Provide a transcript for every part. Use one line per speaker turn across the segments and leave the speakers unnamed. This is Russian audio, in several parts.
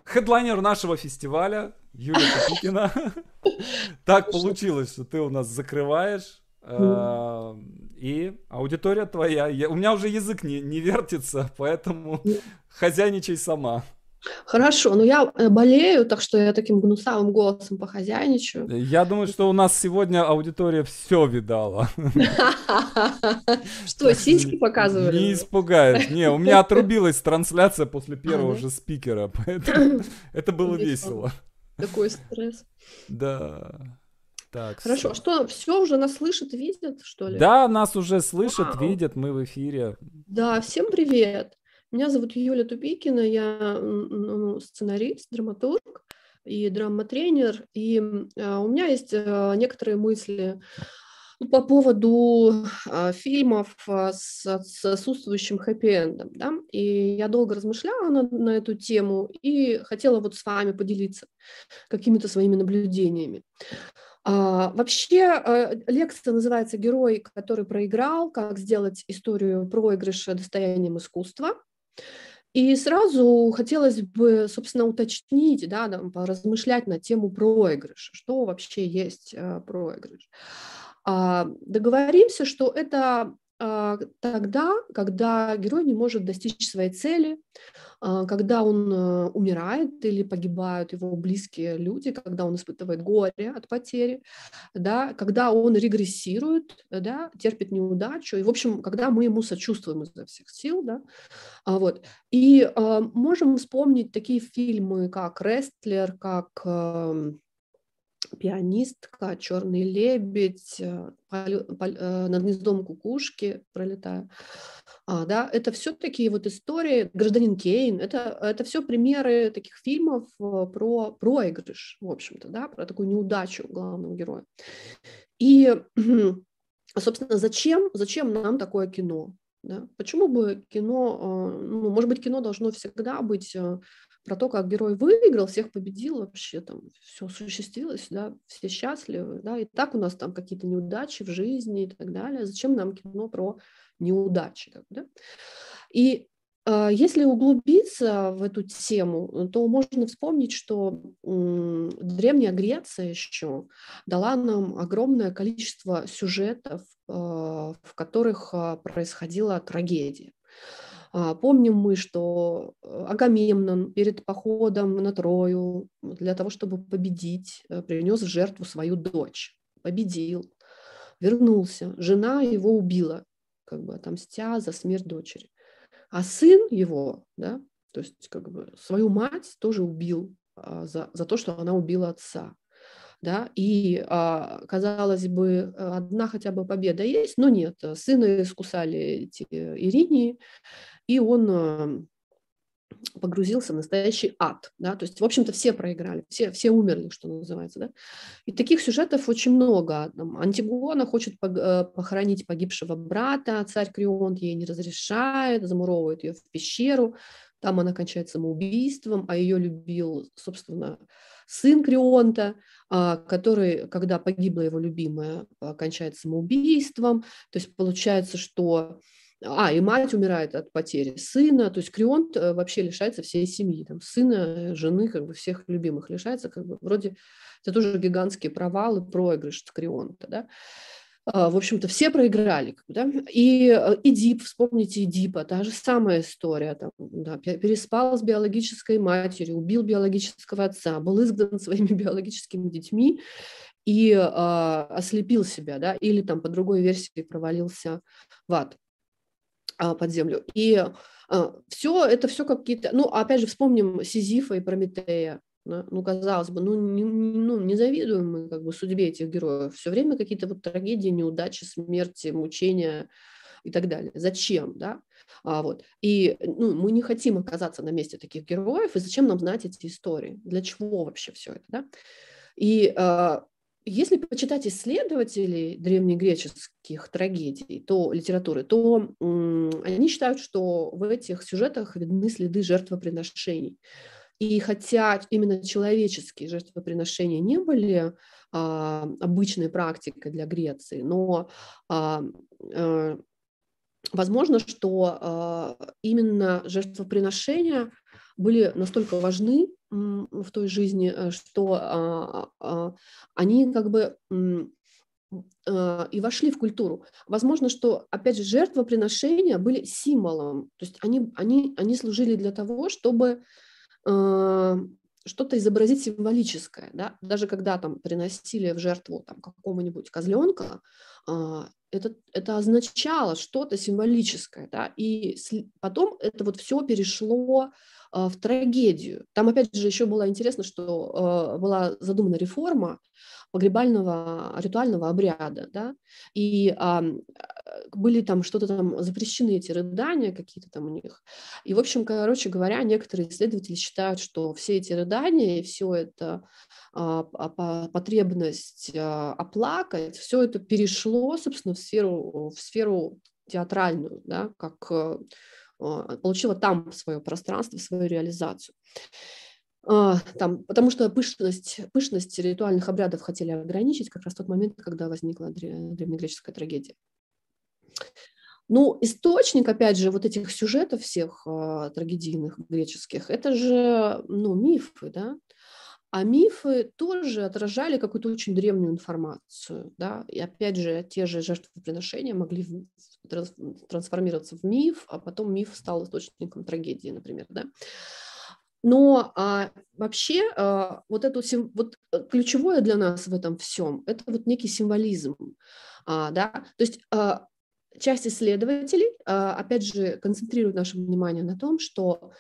хедлайнер нашего фестиваля Юлия Тупикина. Так получилось, что ты у нас закрываешь. И аудитория твоя. У меня уже язык не вертится, поэтому хозяйничай сама.
Хорошо, но я болею, так что я таким гнусавым голосом похозяйничаю.
Я думаю, что у нас сегодня аудитория все видала.
Что,
Так что
сиськи
не
показывали?
испугаешь. Не, у меня отрубилась трансляция после
А,
первого
да?
же спикера, поэтому это было
Весело.
весело.
Такой стресс.
Да. Так,
Хорошо,
все.
что, все уже нас слышат, видят, что ли?
Да, нас уже слышат,
Вау.
видят, мы в эфире.
Да, всем привет. Меня зовут Юля Тупикина, я сценарист, драматург и драма-тренер. И у меня есть некоторые мысли по поводу фильмов с отсутствующим хэппи-эндом. Да? И я долго размышляла на эту тему и хотела вот с вами поделиться какими-то своими наблюдениями. Вообще лекция называется «Герой, который проиграл. Как сделать историю проигрыша достоянием искусства». И сразу хотелось бы, собственно, уточнить, да, поразмышлять на тему проигрыша. Что вообще есть проигрыш? Договоримся, что это тогда, когда герой не может достичь своей цели, когда он умирает или погибают его близкие люди, когда он испытывает горе от потери, да, когда он регрессирует, да, терпит неудачу, и, в общем, когда мы ему сочувствуем изо всех сил, да, вот. И можем вспомнить такие фильмы, как «Рестлер», как «Пианистка», «Черный лебедь», «Над гнездом кукушки» пролетаю. Да, это все такие вот истории, «Гражданин Кейн», это все примеры таких фильмов про проигрыш, в общем-то, да, про такую неудачу главного героя. И, собственно, зачем нам такое кино? Да? Почему бы кино, ну, может быть, кино должно всегда быть про то, как герой выиграл, всех победил, вообще там все осуществилось, да, все счастливы, да, и так у нас там какие-то неудачи в жизни и так далее. Зачем нам кино про неудачи? Да? И если углубиться в эту тему, то можно вспомнить, что Древняя Греция еще дала нам огромное количество сюжетов, в которых происходила трагедия. Помним мы, что Агамемнон перед походом на Трою для того, чтобы победить, принес в жертву свою дочь. Победил, вернулся. Жена его убила, как бы отомстя за смерть дочери. А сын его, да, то есть как бы свою мать тоже убил за то, что она убила отца. Да, и, казалось бы, одна хотя бы победа есть, но нет, сына искусали эти Иринии, и он погрузился в настоящий ад, да, то есть, в общем-то, все проиграли, все умерли, что называется, да, и таких сюжетов очень много. Там, Антигона хочет похоронить погибшего брата, царь Крионт ей не разрешает, замуровывает ее в пещеру, там она кончает самоубийством, а ее любил, собственно, сын Крионта, который, когда погибла его любимая, кончает самоубийством, то есть получается, что и мать умирает от потери сына, то есть Крионт вообще лишается всей семьи, там, сына, жены, как бы всех любимых лишается, как бы вроде это тоже гигантские провалы, проигрыш Крионта, да. В общем-то, все проиграли, да? И Эдип, вспомните Эдипа, та же самая история, там, да, переспал с биологической матерью, убил биологического отца, был изгнан своими биологическими детьми и ослепил себя, да, или там по другой версии провалился в ад, под землю. И это все какие-то... Ну, опять же, вспомним Сизифа и Прометея. Да? Ну, казалось бы, не завидуем мы как бы судьбе этих героев. Все время какие-то вот трагедии, неудачи, смерти, мучения и так далее. Зачем, да? Вот. И мы не хотим оказаться на месте таких героев, и зачем нам знать эти истории? Для чего вообще все это, да? И если почитать исследователей древнегреческих трагедий, то литературы, то они считают, что в этих сюжетах видны следы жертвоприношений. И хотя именно человеческие жертвоприношения не были обычной практикой для Греции, но возможно, что именно жертвоприношения были настолько важны в той жизни, что они как бы и вошли в культуру. Возможно, что, опять же, жертвоприношения были символом, то есть они служили для того, чтобы что-то изобразить символическое, да? Даже когда там приносили в жертву там, какого-нибудь козленка, это означало что-то символическое, да? И потом это вот все перешло в трагедию. Там, опять же, еще было интересно, что была задумана реформа погребального ритуального обряда, да, и были там что-то там запрещены эти рыдания какие-то там у них. И, в общем, короче говоря, некоторые исследователи считают, что все эти рыдания и все это потребность оплакать, все это перешло, собственно, в сферу театральную, да, как получила там свое пространство, свою реализацию. Там, потому что пышность ритуальных обрядов хотели ограничить как раз в тот момент, когда возникла древнегреческая трагедия. Ну, источник, опять же, вот этих сюжетов всех трагедийных греческих, это же, ну, мифы, да, а мифы тоже отражали какую-то очень древнюю информацию, да, и опять же, те же жертвоприношения могли трансформироваться в миф, а потом миф стал источником трагедии, например, да. Но вообще вот ключевое для нас в этом всем – это вот некий символизм, да, то есть часть исследователей, опять же, концентрирует наше внимание на том, что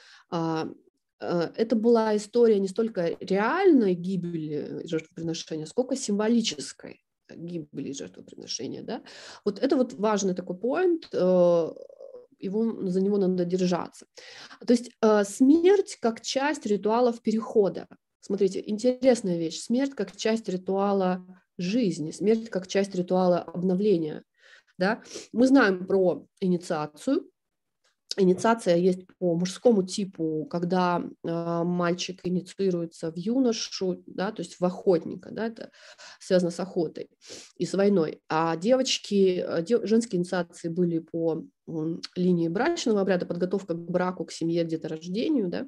это была история не столько реальной гибели жертвоприношения, сколько символической гибели жертвоприношения, да. Вот это вот важный такой поинт, за него надо держаться. То есть смерть как часть ритуалов перехода. Смотрите, интересная вещь. Смерть как часть ритуала жизни, смерть как часть ритуала обновления. Да? Мы знаем про инициацию. Инициация есть по мужскому типу, когда мальчик инициируется в юношу, да, то есть в охотника, да, это связано с охотой и с войной. А женские инициации были по линии брачного обряда, подготовка к браку, к семье, где-то рождению, да.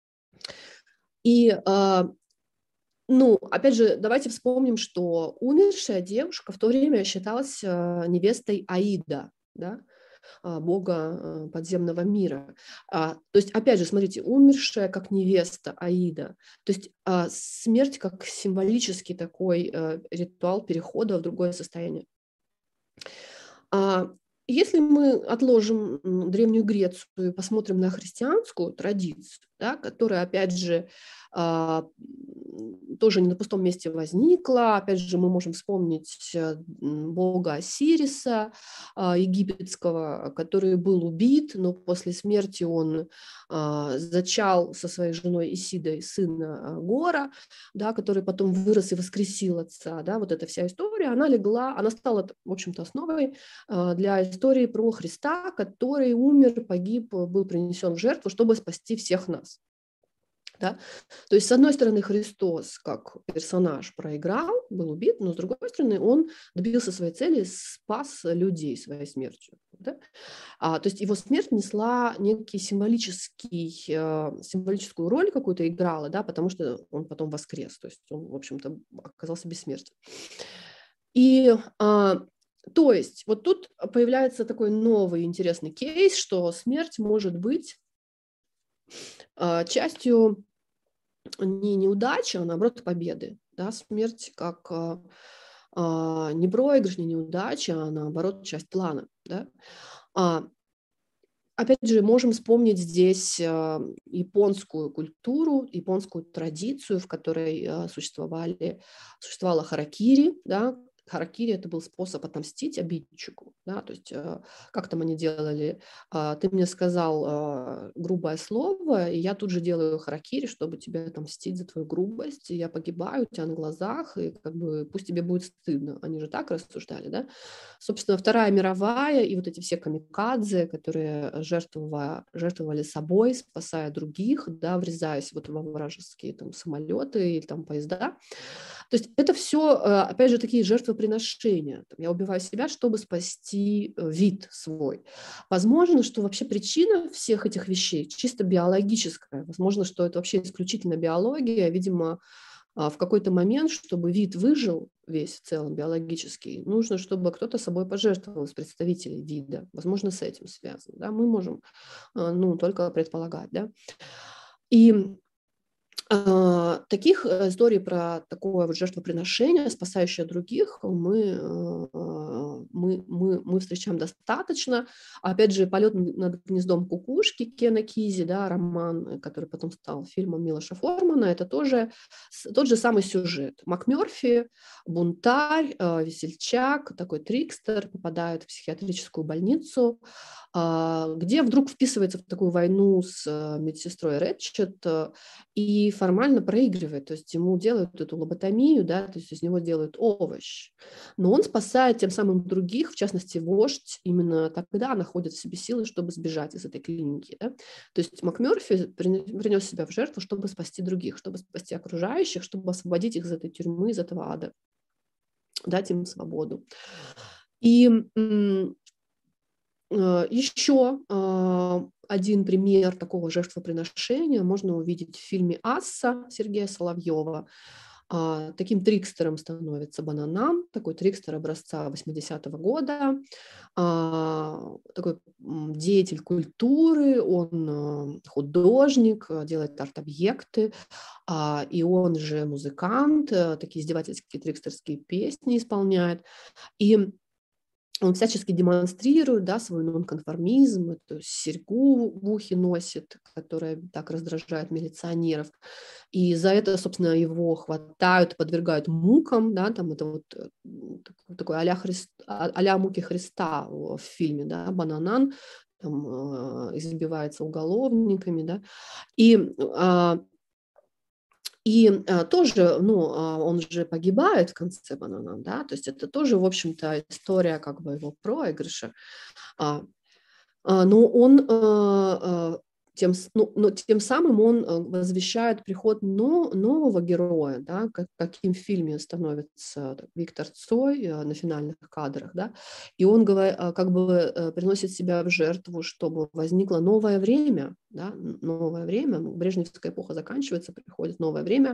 И, ну, опять же, давайте вспомним, что умершая девушка в то время считалась невестой Аида, да, бога подземного мира. То есть, опять же, смотрите, умершая как невеста Аида. То есть смерть как символический такой ритуал перехода в другое состояние. Если мы отложим Древнюю Грецию и посмотрим на христианскую традицию, да, которая, опять же, тоже не на пустом месте возникла. Опять же, мы можем вспомнить бога Осириса египетского, который был убит, но после смерти он зачал со своей женой Исидой сына Гора, да, который потом вырос и воскресил отца. Да, вот эта вся история, она стала, в общем-то, основой для истории про Христа, который умер, погиб, был принесен в жертву, чтобы спасти всех нас. Да? То есть, с одной стороны, Христос как персонаж проиграл, был убит, но с другой стороны, он добился своей цели, спас людей своей смертью. Да? То есть его смерть несла некий символическую роль какую-то играла, да, потому что он потом воскрес, то есть он, в общем-то, оказался бессмертен. И то есть вот тут появляется такой новый интересный кейс, что смерть может быть частью не неудачи, а наоборот победы. Да? Смерть как не проигрыш, не неудача, а наоборот часть плана. Да? Опять же, можем вспомнить здесь японскую культуру, японскую традицию, в которой существовала харакири, да? Харакири – это был способ отомстить обидчику. Да? То есть как там они делали? Ты мне сказал грубое слово, и я тут же делаю харакири, чтобы тебе отомстить за твою грубость. И я погибаю у тебя на глазах, и как бы пусть тебе будет стыдно. Они же так рассуждали. Да? Собственно, Вторая мировая и вот эти все камикадзе, которые жертвовали собой, спасая других, да, врезаясь вот во вражеские там самолеты или там поезда, То есть это все, опять же, такие жертвоприношения. Я убиваю себя, чтобы спасти вид свой. Возможно, что вообще причина всех этих вещей чисто биологическая. Возможно, что это вообще исключительно биология. Видимо, в какой-то момент, чтобы вид выжил весь в целом биологический, нужно, чтобы кто-то собой пожертвовал из представителей вида. Возможно, с этим связано. Да? Мы можем только предполагать. Да? И таких историй про такое вот жертвоприношение, спасающее других, мы встречаем достаточно. Опять же, «Полет над гнездом кукушки» Кена Кизи, да, роман, который потом стал фильмом Милоша Формана, это тоже тот же самый сюжет. МакМёрфи, бунтарь, весельчак, такой трикстер, попадает в психиатрическую больницу, где вдруг вписывается в такую войну с медсестрой Рэтчет и формально проигрывает, то есть ему делают эту лоботомию, да, то есть из него делают овощ, но он спасает тем самым других, в частности, вождь именно тогда находит в себе силы, чтобы сбежать из этой клиники, да? То есть МакМёрфи принес себя в жертву, чтобы спасти других, чтобы спасти окружающих, чтобы освободить их из этой тюрьмы, из этого ада, дать им свободу. И еще один пример такого жертвоприношения можно увидеть в фильме «Асса» Сергея Соловьева. Таким трикстером становится Бананан, такой трикстер образца 80-го года, такой деятель культуры, он художник, делает арт-объекты, и он же музыкант, такие издевательские трикстерские песни исполняет. И он всячески демонстрирует, да, свой нонконформизм, эту серьгу в ухе носит, которая так раздражает милиционеров. И за это, собственно, его хватают, подвергают мукам, да, там это вот такой а-ля муки Христа в фильме, да, Бананан, там избивается уголовниками, да. И тоже, он же погибает в конце Бананан, да, то есть это тоже, в общем-то, история как бы его проигрыша. Но он тем самым он возвещает приход нового героя, да, каким в фильме становится Виктор Цой на финальных кадрах, да, и он как бы приносит себя в жертву, чтобы возникло новое время, да, новое время, брежневская эпоха заканчивается, приходит новое время,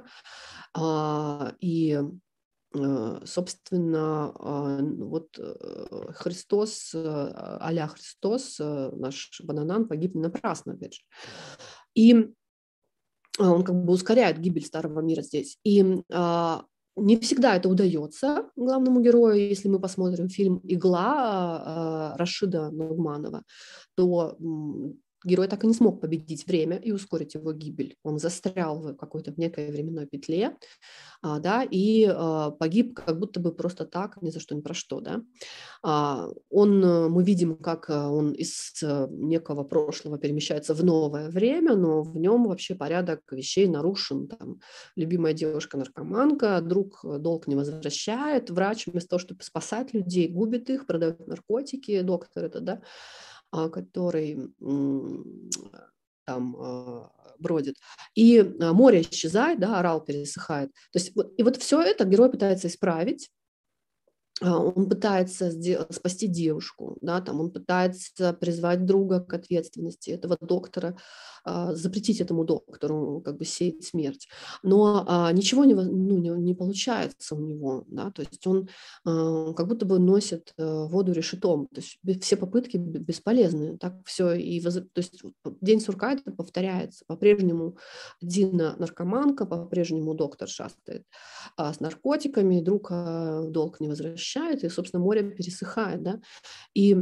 и собственно, вот Христос, а-ля Христос, наш Бананан погиб не напрасно, опять же. И он как бы ускоряет гибель старого мира здесь. И не всегда это удается главному герою. Если мы посмотрим фильм «Игла» Рашида Нугманова, то герой так и не смог победить время и ускорить его гибель. Он застрял в какой-то некой временной петле, да, и погиб как будто бы просто так, ни за что, ни про что. Да. Мы видим, как он из некого прошлого перемещается в новое время, но в нем вообще порядок вещей нарушен. Там, любимая девушка-наркоманка, друг долг не возвращает, врач вместо того, чтобы спасать людей, губит их, продает наркотики, доктор это, да, который там бродит. И море исчезает, да, Орал пересыхает. То есть, и вот все это герой пытается исправить. Он пытается спасти девушку, да, там он пытается призвать друга к ответственности, этого доктора, запретить этому доктору как бы сеять смерть. Но ничего не получается у него, да, то есть он как будто бы носит воду решетом, то есть все попытки бесполезны, так все, то есть день сурка это повторяется, по-прежнему Дина наркоманка, по-прежнему доктор шастает с наркотиками, друг долг не возвращает, и, собственно, море пересыхает, да, и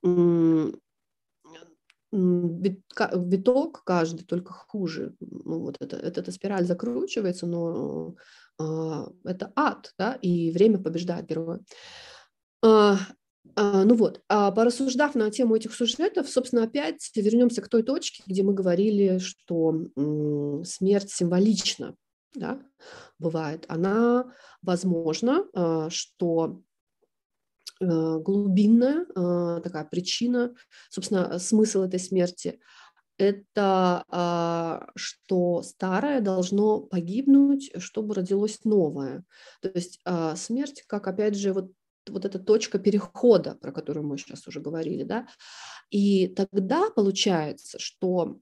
виток каждый только хуже, вот эта спираль закручивается, но это ад, да, и время побеждает героя. Порассуждав на тему этих сюжетов, собственно, опять вернемся к той точке, где мы говорили, что смерть символична, да, бывает. Она возможна, что глубинная такая причина, собственно, смысл этой смерти это что старое должно погибнуть, чтобы родилось новое. То есть смерть, как, опять же, вот эта точка перехода, про которую мы сейчас уже говорили, да, и тогда получается, что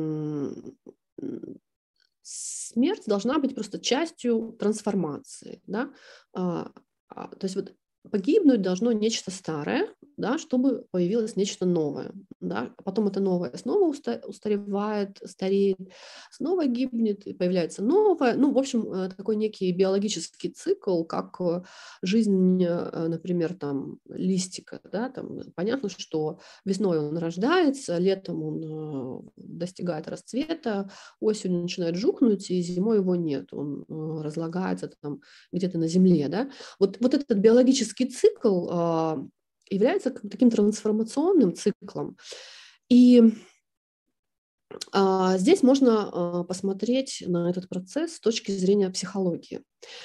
смерть должна быть просто частью трансформации, да, то есть вот погибнуть должно нечто старое, да, чтобы появилось нечто новое, да, а потом это новое снова устаревает, стареет, снова гибнет, и появляется новое, ну, в общем, такой некий биологический цикл, как жизнь, например, там, листика, да, там, понятно, что весной он рождается, летом он достигает расцвета, осенью начинает жухнуть, и зимой его нет, он разлагается там где-то на земле, да. Вот этот биологический цикл является таким трансформационным циклом. И здесь можно посмотреть на этот процесс с точки зрения психологии.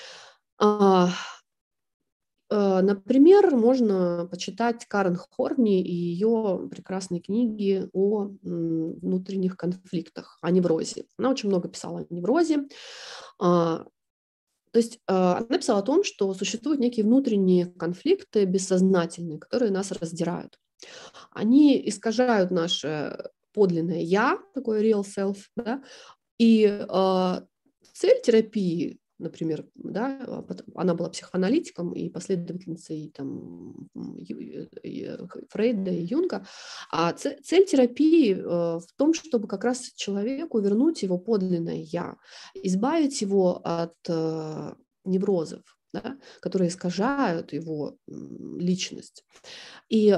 Например, можно почитать Карен Хорни и ее прекрасные книги о внутренних конфликтах, о неврозе. Она очень много писала о неврозе. То есть она писала о том, что существуют некие внутренние конфликты бессознательные, которые нас раздирают. Они искажают наше подлинное «я», такое real self, да, и цель терапии, например, да, она была психоаналитиком и последовательницей там, Фрейда и Юнга, а цель терапии в том, чтобы как раз человеку вернуть его подлинное «я», избавить его от неврозов, да, которые искажают его личность. И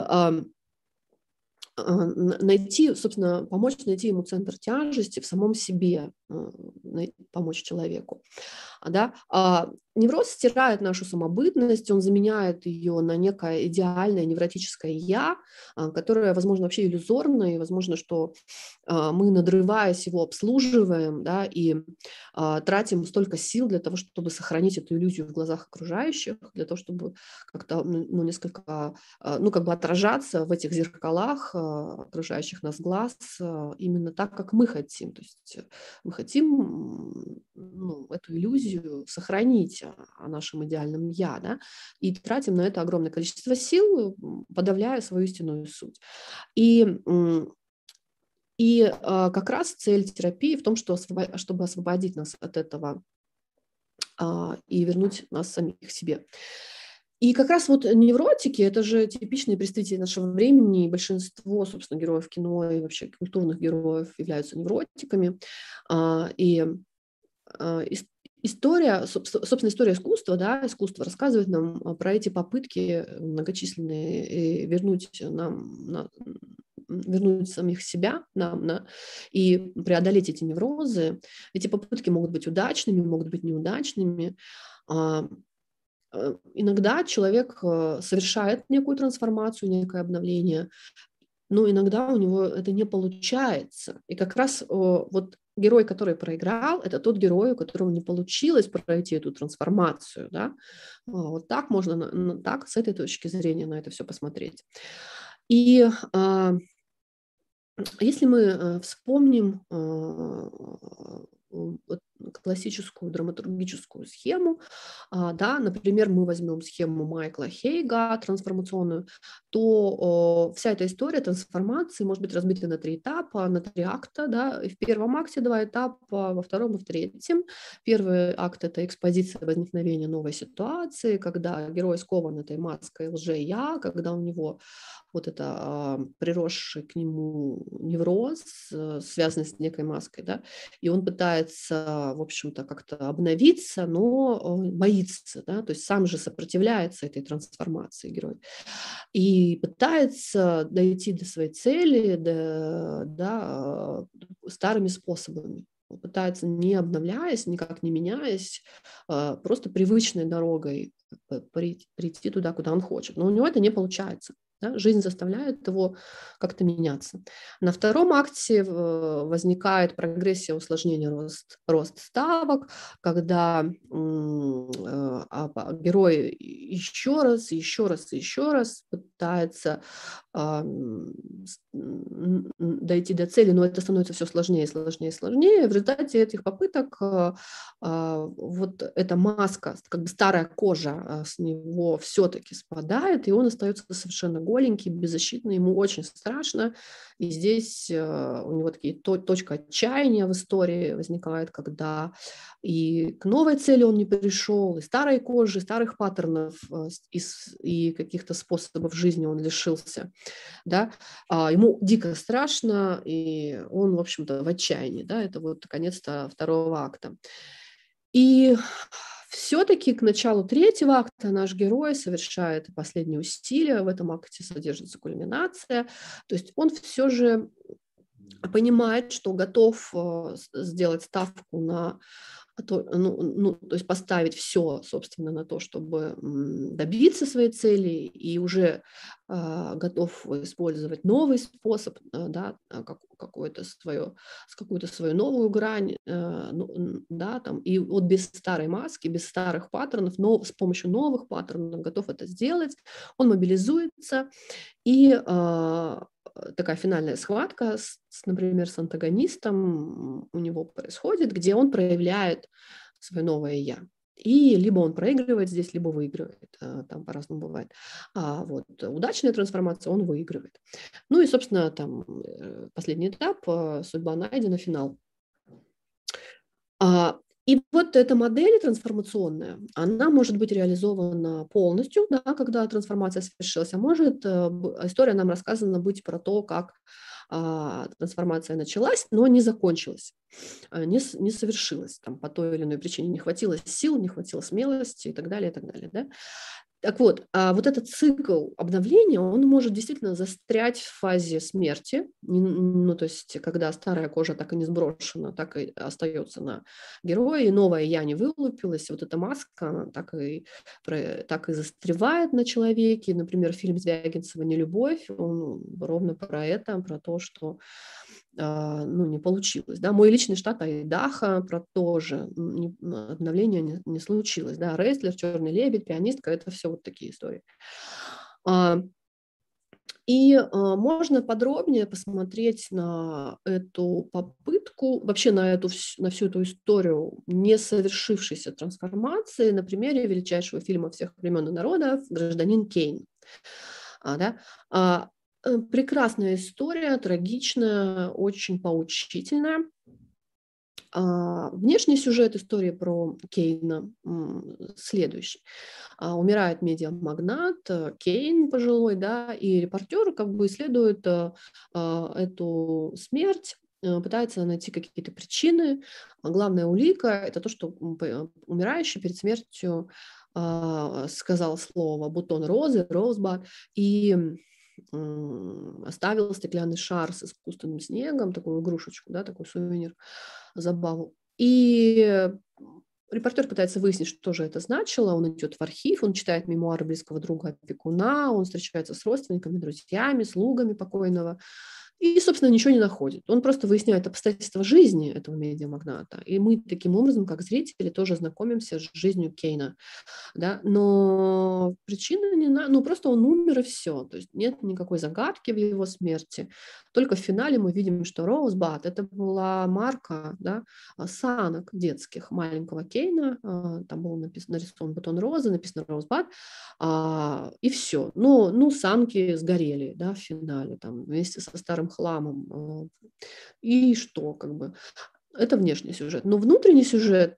найти, собственно, помочь найти ему центр тяжести в самом себе, помочь человеку. Да? Невроз стирает нашу самобытность, он заменяет ее на некое идеальное невротическое «я», которое, возможно, вообще иллюзорно, и, возможно, что мы, надрываясь, его обслуживаем, да, и тратим столько сил для того, чтобы сохранить эту иллюзию в глазах окружающих, для того, чтобы как-то несколько, как бы отражаться в этих зеркалах окружающих нас глаз именно так, как мы хотим. То есть мы хотим эту иллюзию сохранить о нашем идеальном «я», да, и тратим на это огромное количество сил, подавляя свою истинную суть. И как раз цель терапии в том, чтобы освободить нас от этого и вернуть нас самих к себе. И как раз вот невротики – это же типичные представители нашего времени, и большинство, собственно, героев кино и вообще культурных героев являются невротиками. История, собственно, история искусства, да, искусство рассказывает нам про эти попытки многочисленные вернуть самих себя и преодолеть эти неврозы. Эти попытки могут быть удачными, могут быть неудачными. Иногда человек совершает некую трансформацию, некое обновление, но иногда у него это не получается. И как раз вот герой, который проиграл, это тот герой, у которого не получилось пройти эту трансформацию. Да? Вот так можно, так, с этой точки зрения на это все посмотреть. И если мы вспомним классическую драматургическую схему, да, например, мы возьмем схему Майкла Хейга трансформационную, то вся эта история трансформации может быть разбита на 3 этапа, на 3 акта. Да. И в первом акте 2 этапа, во втором и в третьем. Первый акт – это экспозиция возникновения новой ситуации, когда герой скован этой маской лже-я, когда у него вот это приросший к нему невроз, связанный с некой маской, да, и он пытается, в общем-то, как-то обновиться, но боится, да, то есть сам же сопротивляется этой трансформации герой и пытается дойти до своей цели, старыми способами. Он пытается, не обновляясь, никак не меняясь, просто привычной дорогой прийти туда, куда он хочет. Но у него это не получается. Да? Жизнь заставляет его как-то меняться. На втором акте возникает прогрессия, усложнение, рост ставок, когда герой еще раз, еще раз, еще раз пытается дойти до цели, но это становится все сложнее, сложнее, сложнее. В результате этих попыток вот эта маска, как бы старая кожа с него все-таки спадает, и он остается совершенно голенький, беззащитный, ему очень страшно. И здесь у него такие точка отчаяния в истории возникает, когда и к новой цели он не пришел, и старой кожи, и старых паттернов, и каких-то способов жизни он лишился. Да? Ему дико страшно, и он, в общем-то, в отчаянии. Да? Это вот конец-то второго акта. И все-таки к началу третьего акта наш герой совершает последние усилия. В этом акте содержится кульминация. То есть он все же понимает, что готов сделать ставку на то есть поставить все, собственно, на то, чтобы добиться своей цели, и уже готов использовать новый способ, да, какую-то свою новую грань, да, там, и вот без старой маски, без старых паттернов, но с помощью новых паттернов готов это сделать. Он мобилизуется, и такая финальная схватка, например, с антагонистом у него происходит, где он проявляет свое новое «я». И либо он проигрывает здесь, либо выигрывает. Там по-разному бывает. А вот удачная трансформация, он выигрывает. Ну и, собственно, там последний этап, судьба найдена, финал. И вот эта модель трансформационная, она может быть реализована полностью, да, когда трансформация совершилась, а может история нам рассказана быть про то, как трансформация началась, но не закончилась, не совершилась там, по той или иной причине. Не хватило сил, не хватило смелости и так далее, и так далее. Да? Так вот, вот этот цикл обновления, он может действительно застрять в фазе смерти, ну, то есть когда старая кожа так и не сброшена, так и остается на герое, и новая «я» не вылупилась, вот эта маска, она так и застревает на человеке. Например, фильм Звягинцева «Нелюбовь», он ровно про это, про то, что не получилось. Да? Мой личный штат Айдахо, про то же обновление не случилось. Да? Рестлер, Черный лебедь, пианистка, это все вот такие истории. И можно подробнее посмотреть на эту попытку, вообще на всю эту историю несовершившейся трансформации на примере величайшего фильма всех времен и народов «Гражданин Кейн». Прекрасная история, трагичная, очень поучительная. Внешний сюжет истории про Кейна следующий. Умирает медиамагнат Кейн пожилой, да, и репортер как бы исследует эту смерть, пытается найти какие-то причины. Главная улика – это то, что умирающий перед смертью сказал слово «бутон розы», «розбад», и оставил стеклянный шар с искусственным снегом, такую игрушечку, да, такой сувенир, забаву. И репортер пытается выяснить, что же это значило. Он идет в архив, он читает мемуары близкого друга опекуна, он встречается с родственниками, друзьями, слугами покойного. И, собственно, ничего не находит. Он просто выясняет обстоятельства жизни этого медиамагната. И мы таким образом, как зрители, тоже знакомимся с жизнью Кейна. Да? Но причина не просто он умер и все. То есть нет никакой загадки в его смерти. Только в финале мы видим, что Роузбад — это была марка, да, санок детских маленького Кейна. Там был нарисован бутон розы, написано Роузбад, и все. Ну, санки сгорели, да, в финале там, вместе со старым хламом. И что, как бы. Это внешний сюжет. Но внутренний сюжет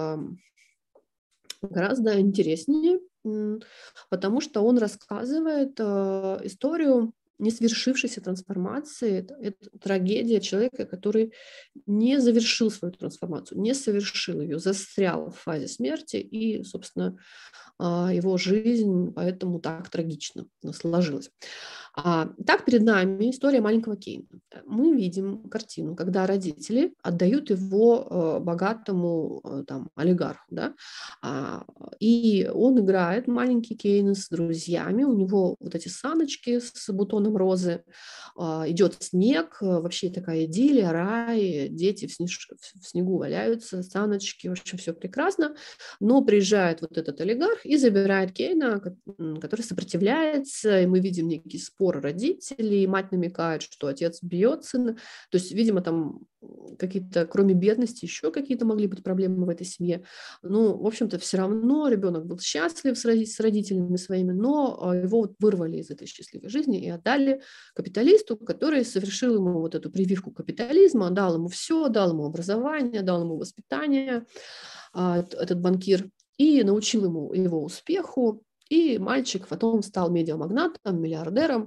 гораздо интереснее, потому что он рассказывает историю несвершившейся трансформации. Это трагедия человека, который не завершил свою трансформацию, не совершил ее, застрял в фазе смерти и, собственно, его жизнь поэтому так трагично сложилась. Так перед нами история маленького Кейна. Мы видим картину, когда родители отдают его богатому там, олигарху, да, и он играет, маленький Кейн, с друзьями, у него вот эти саночки с бутоном розы, идет снег, вообще такая идиллия, рай, дети в снегу валяются, саночки, в общем, все прекрасно, но приезжает вот этот олигарх и забирает Кейна, который сопротивляется, и мы видим некий спор родителей, мать намекает, что отец бьет сына, то есть, видимо, там какие-то, кроме бедности, еще какие-то могли быть проблемы в этой семье. Ну, в общем-то, все равно ребенок был счастлив с родителями своими, но его вот вырвали из этой счастливой жизни и отдали капиталисту, который совершил ему вот эту прививку капитализма, дал ему все, дал ему образование, дал ему воспитание, этот банкир, и научил его успеху. И мальчик потом стал медиамагнатом, миллиардером.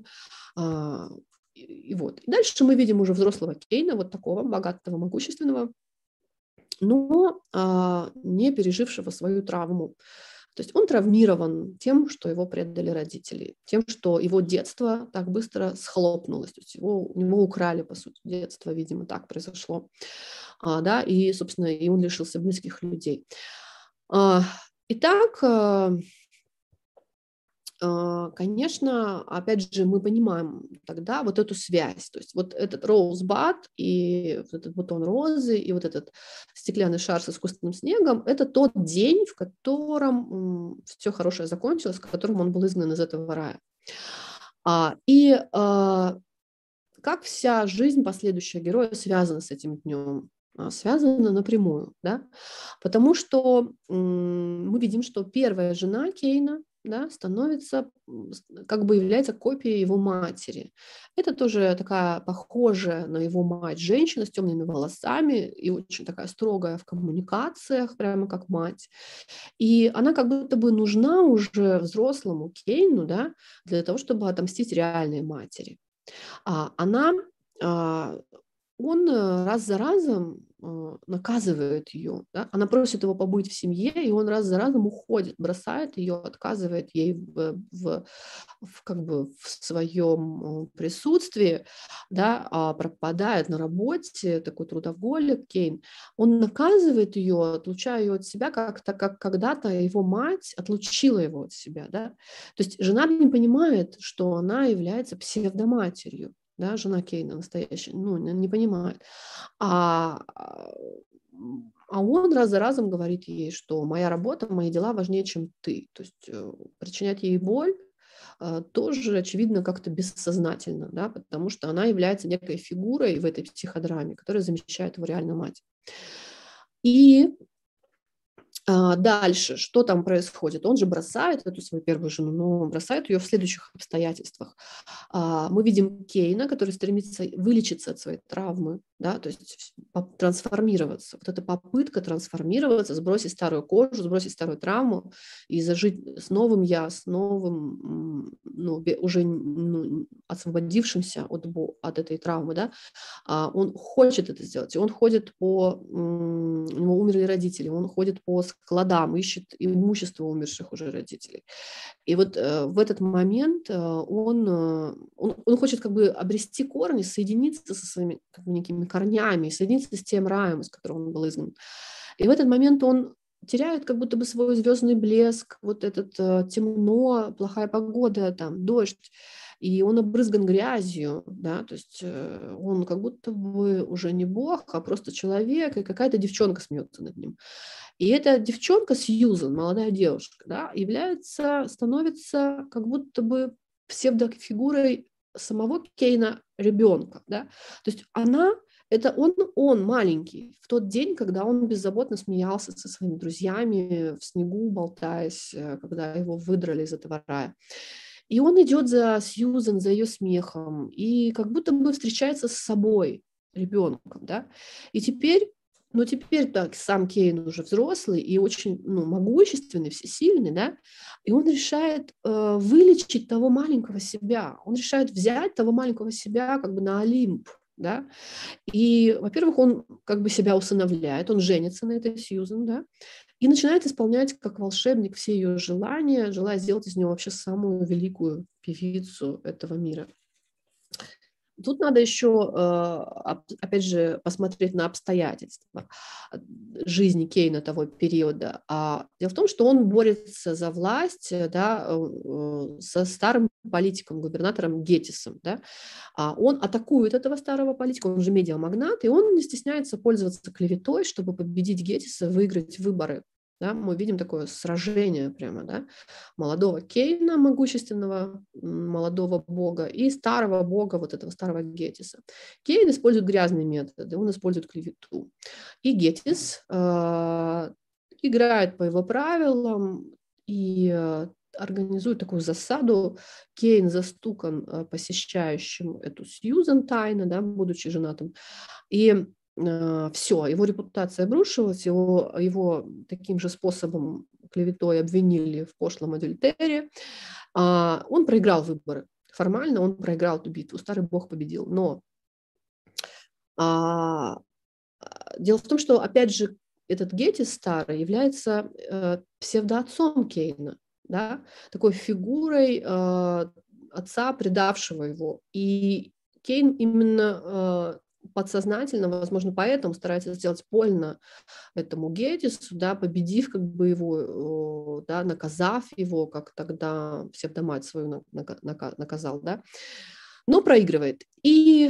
И вот. И дальше мы видим уже взрослого Кейна, вот такого богатого, могущественного, но не пережившего свою травму. То есть он травмирован тем, что его предали родители, тем, что его детство так быстро схлопнулось. То есть у него украли, по сути, детство, видимо, так произошло. Да, и, собственно, и он лишился близких людей. Итак, конечно, опять же, мы понимаем тогда вот эту связь, то есть вот этот роузбад и вот этот бутон розы и вот этот стеклянный шар с искусственным снегом – это тот день, в котором все хорошее закончилось, в котором он был изгнан из этого рая. И как вся жизнь последующего героя связана с этим днем? Связана напрямую, да? Потому что мы видим, что первая жена Кейна, да, становится, как бы является копией его матери. Это тоже такая похожая на его мать женщина с темными волосами и очень такая строгая в коммуникациях, прямо как мать. И она как будто бы нужна уже взрослому Кейну, да, для того, чтобы отомстить реальной матери. Он раз за разом наказывает ее, да? Она просит его побыть в семье, и он раз за разом уходит, бросает ее, отказывает ей как бы в своем присутствии, да, пропадает на работе, такой трудоголик Кейн. Он наказывает ее, отлучая ее от себя, как когда-то его мать отлучила его от себя. Да? То есть жена не понимает, что она является псевдоматерью. Да, жена Кейна настоящая, не понимает. А он раз за разом говорит ей, что моя работа, мои дела важнее, чем ты. То есть причинять ей боль тоже, очевидно, как-то бессознательно, да, потому что она является некой фигурой в этой психодраме, которая замещает его реальную мать. И дальше, что там происходит? Он же бросает эту свою первую жену, но бросает ее в следующих обстоятельствах. Мы видим Кейна, который стремится вылечиться от своей травмы, да, то есть трансформироваться. Вот эта попытка трансформироваться, сбросить старую кожу, сбросить старую травму и зажить с новым я, с новым, уже освободившимся от этой травмы, да. Он хочет это сделать, и он ходит у него умерли родители, он ходит по складам, ищет имущество умерших уже родителей. И вот в этот момент он хочет как бы обрести корни, соединиться со своими как бы некими корнями, соединиться с тем раем, из которого он был изгнан. И в этот момент он теряет как будто бы свой звездный блеск, вот этот темно, плохая погода, там, дождь, и он обрызган грязью, да, то есть он как будто бы уже не бог, а просто человек, и какая-то девчонка смеется над ним. И эта девчонка, Сьюзан, молодая девушка, да, становится как будто бы псевдофигурой самого Кейна ребенка, да, то есть это он маленький, в тот день, когда он беззаботно смеялся со своими друзьями, в снегу болтаясь, когда его выдрали из этого рая. И он идет за Сьюзан, за ее смехом, и как будто бы встречается с собой, ребенком, да. И теперь так сам Кейн уже взрослый и очень могущественный, всесильный, да, и он решает вылечить того маленького себя, он решает взять того маленького себя как бы на Олимп, да, и, во-первых, он как бы себя усыновляет, он женится на этой Сьюзен, да, и начинает исполнять как волшебник все ее желания, желая сделать из нее вообще самую великую певицу этого мира. Тут надо еще, опять же, посмотреть на обстоятельства жизни Кейна того периода. Дело в том, что он борется за власть, да, со старым политиком, губернатором Геттисом. Да. Он атакует этого старого политика, он же медиамагнат, и он не стесняется пользоваться клеветой, чтобы победить Геттиса, выиграть выборы. Да, мы видим такое сражение прямо, да, молодого Кейна, могущественного молодого бога, и старого бога, вот этого старого Геттиса. Кейн использует грязные методы, он использует клевету. И Геттис играет по его правилам и организует такую засаду. Кейн застукан посещающим эту Сьюзан тайно, да, будучи женатым, и все, его репутация обрушилась, его таким же способом клеветой обвинили в пошлом адюльтере. Он проиграл выборы. Формально он проиграл эту битву, старый бог победил. Но дело в том, что, опять же, этот Геттис старый является псевдоотцом Кейна, да, такой фигурой отца, предавшего его. И Кейн именно подсознательно, возможно, поэтому старается сделать больно этому Геттису, да, победив как бы его, да, наказав его, как тогда псевдомать свою наказал, да, но проигрывает. И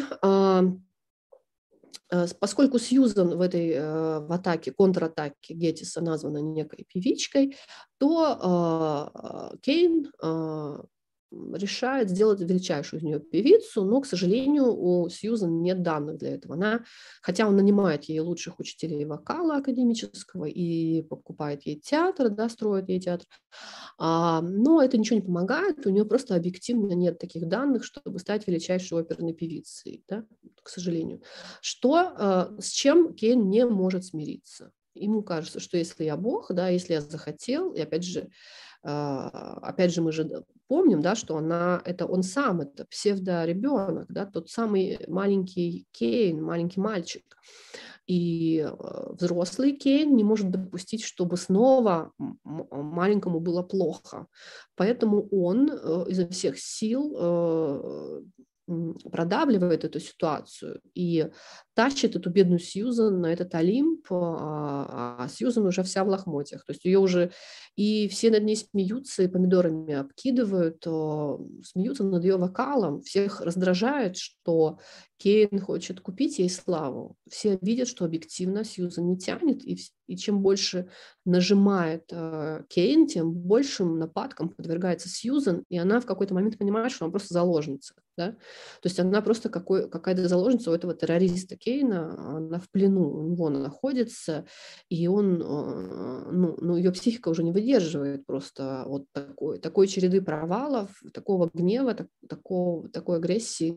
поскольку Сьюзан в атаке, контратаке Геттиса названа некой певичкой, то Кейн решает сделать величайшую из нее певицу, но, к сожалению, у Сьюзан нет данных для этого. Хотя он нанимает ей лучших учителей вокала академического и покупает ей театр, да, строит ей театр, но это ничего не помогает, у нее просто объективно нет таких данных, чтобы стать величайшей оперной певицей, да, к сожалению. С чем Кейн не может смириться. Ему кажется, что если я бог, да, если я захотел, и опять же мы же помним, да, что он сам, это псевдоребенок, да, тот самый маленький Кейн, маленький мальчик. И взрослый Кейн не может допустить, чтобы снова маленькому было плохо. Поэтому он изо всех сил продавливает эту ситуацию и тащит эту бедную Сьюзан на этот Олимп, а Сьюзан уже вся в лохмотьях. То есть ее уже и все над ней смеются, и помидорами обкидывают, смеются над ее вокалом. Всех раздражает, что Кейн хочет купить ей славу. Все видят, что объективно Сьюзан не тянет, и чем больше нажимает Кейн, тем большим нападкам подвергается Сьюзан, и она в какой-то момент понимает, что она просто заложница. Да? То есть она просто какая-то заложница у этого террориста Кейна, она в плену, у него она находится, и он, ее психика уже не выдерживает просто вот такой череды провалов, такого гнева, такой агрессии,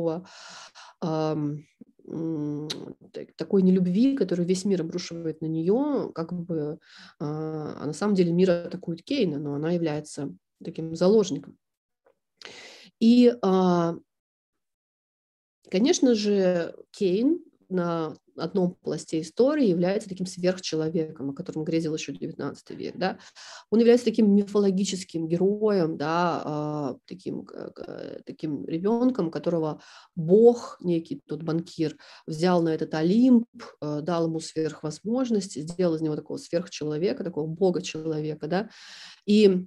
такой нелюбви, которую весь мир обрушивает на нее, как бы, а на самом деле мир атакует Кейна, но она является таким заложником. И, конечно же, Кейн на одном пласте истории является таким сверхчеловеком, о котором грезил еще XIX век. Да? Он является таким мифологическим героем, да, таким ребенком, которого Бог, некий тот банкир, взял на этот Олимп, дал ему сверхвозможности, сделал из него такого сверхчеловека, такого бога-человека. Да? И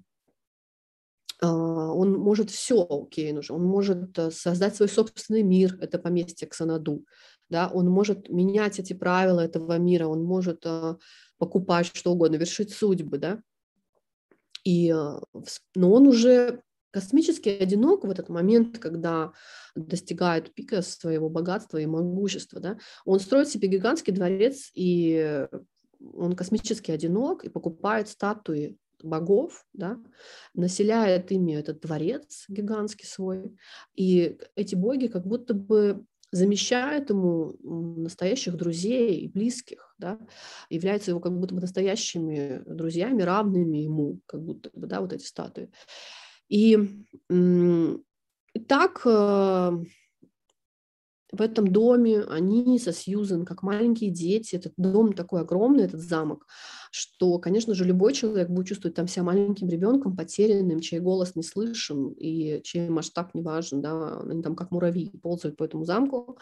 он может все, Кейн уже, он может создать свой собственный мир, это поместье Ксанаду, да, он может менять эти правила этого мира, он может покупать что угодно, вершить судьбы, да, но он уже космически одинок в этот момент, когда достигает пика своего богатства и могущества, да, он строит себе гигантский дворец, и он космически одинок и покупает статуи богов, да, населяет ими этот дворец гигантский свой, и эти боги как будто бы замещают ему настоящих друзей и близких, да, являются его как будто бы настоящими друзьями, равными ему, как будто бы, да, вот эти статуи. И так в этом доме они со Сьюзен, как маленькие дети, этот дом такой огромный, этот замок, что, конечно же, любой человек будет чувствовать там себя маленьким ребенком, потерянным, чей голос не слышен и чей масштаб не важен, да, они там как муравьи ползают по этому замку.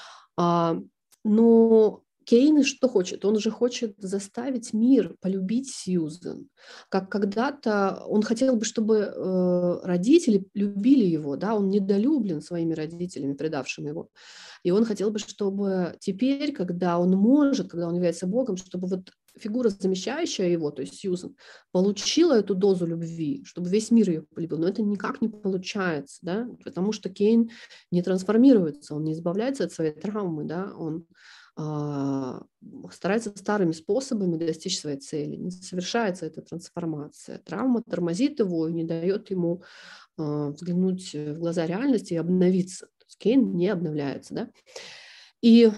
Но Кейн что хочет? Он же хочет заставить мир полюбить Сьюзен. Как когда-то он хотел бы, чтобы родители любили его, да, он недолюблен своими родителями, предавшими его. И он хотел бы, чтобы теперь, когда он может, когда он является Богом, чтобы вот фигура, замещающая его, то есть Сьюзен, получила эту дозу любви, чтобы весь мир ее полюбил. Но это никак не получается, да, потому что Кейн не трансформируется, он не избавляется от своей травмы, да, он старается старыми способами достичь своей цели. Не совершается эта трансформация. Травма тормозит его и не дает ему взглянуть в глаза реальности и обновиться. То есть Кейн не обновляется. Да? И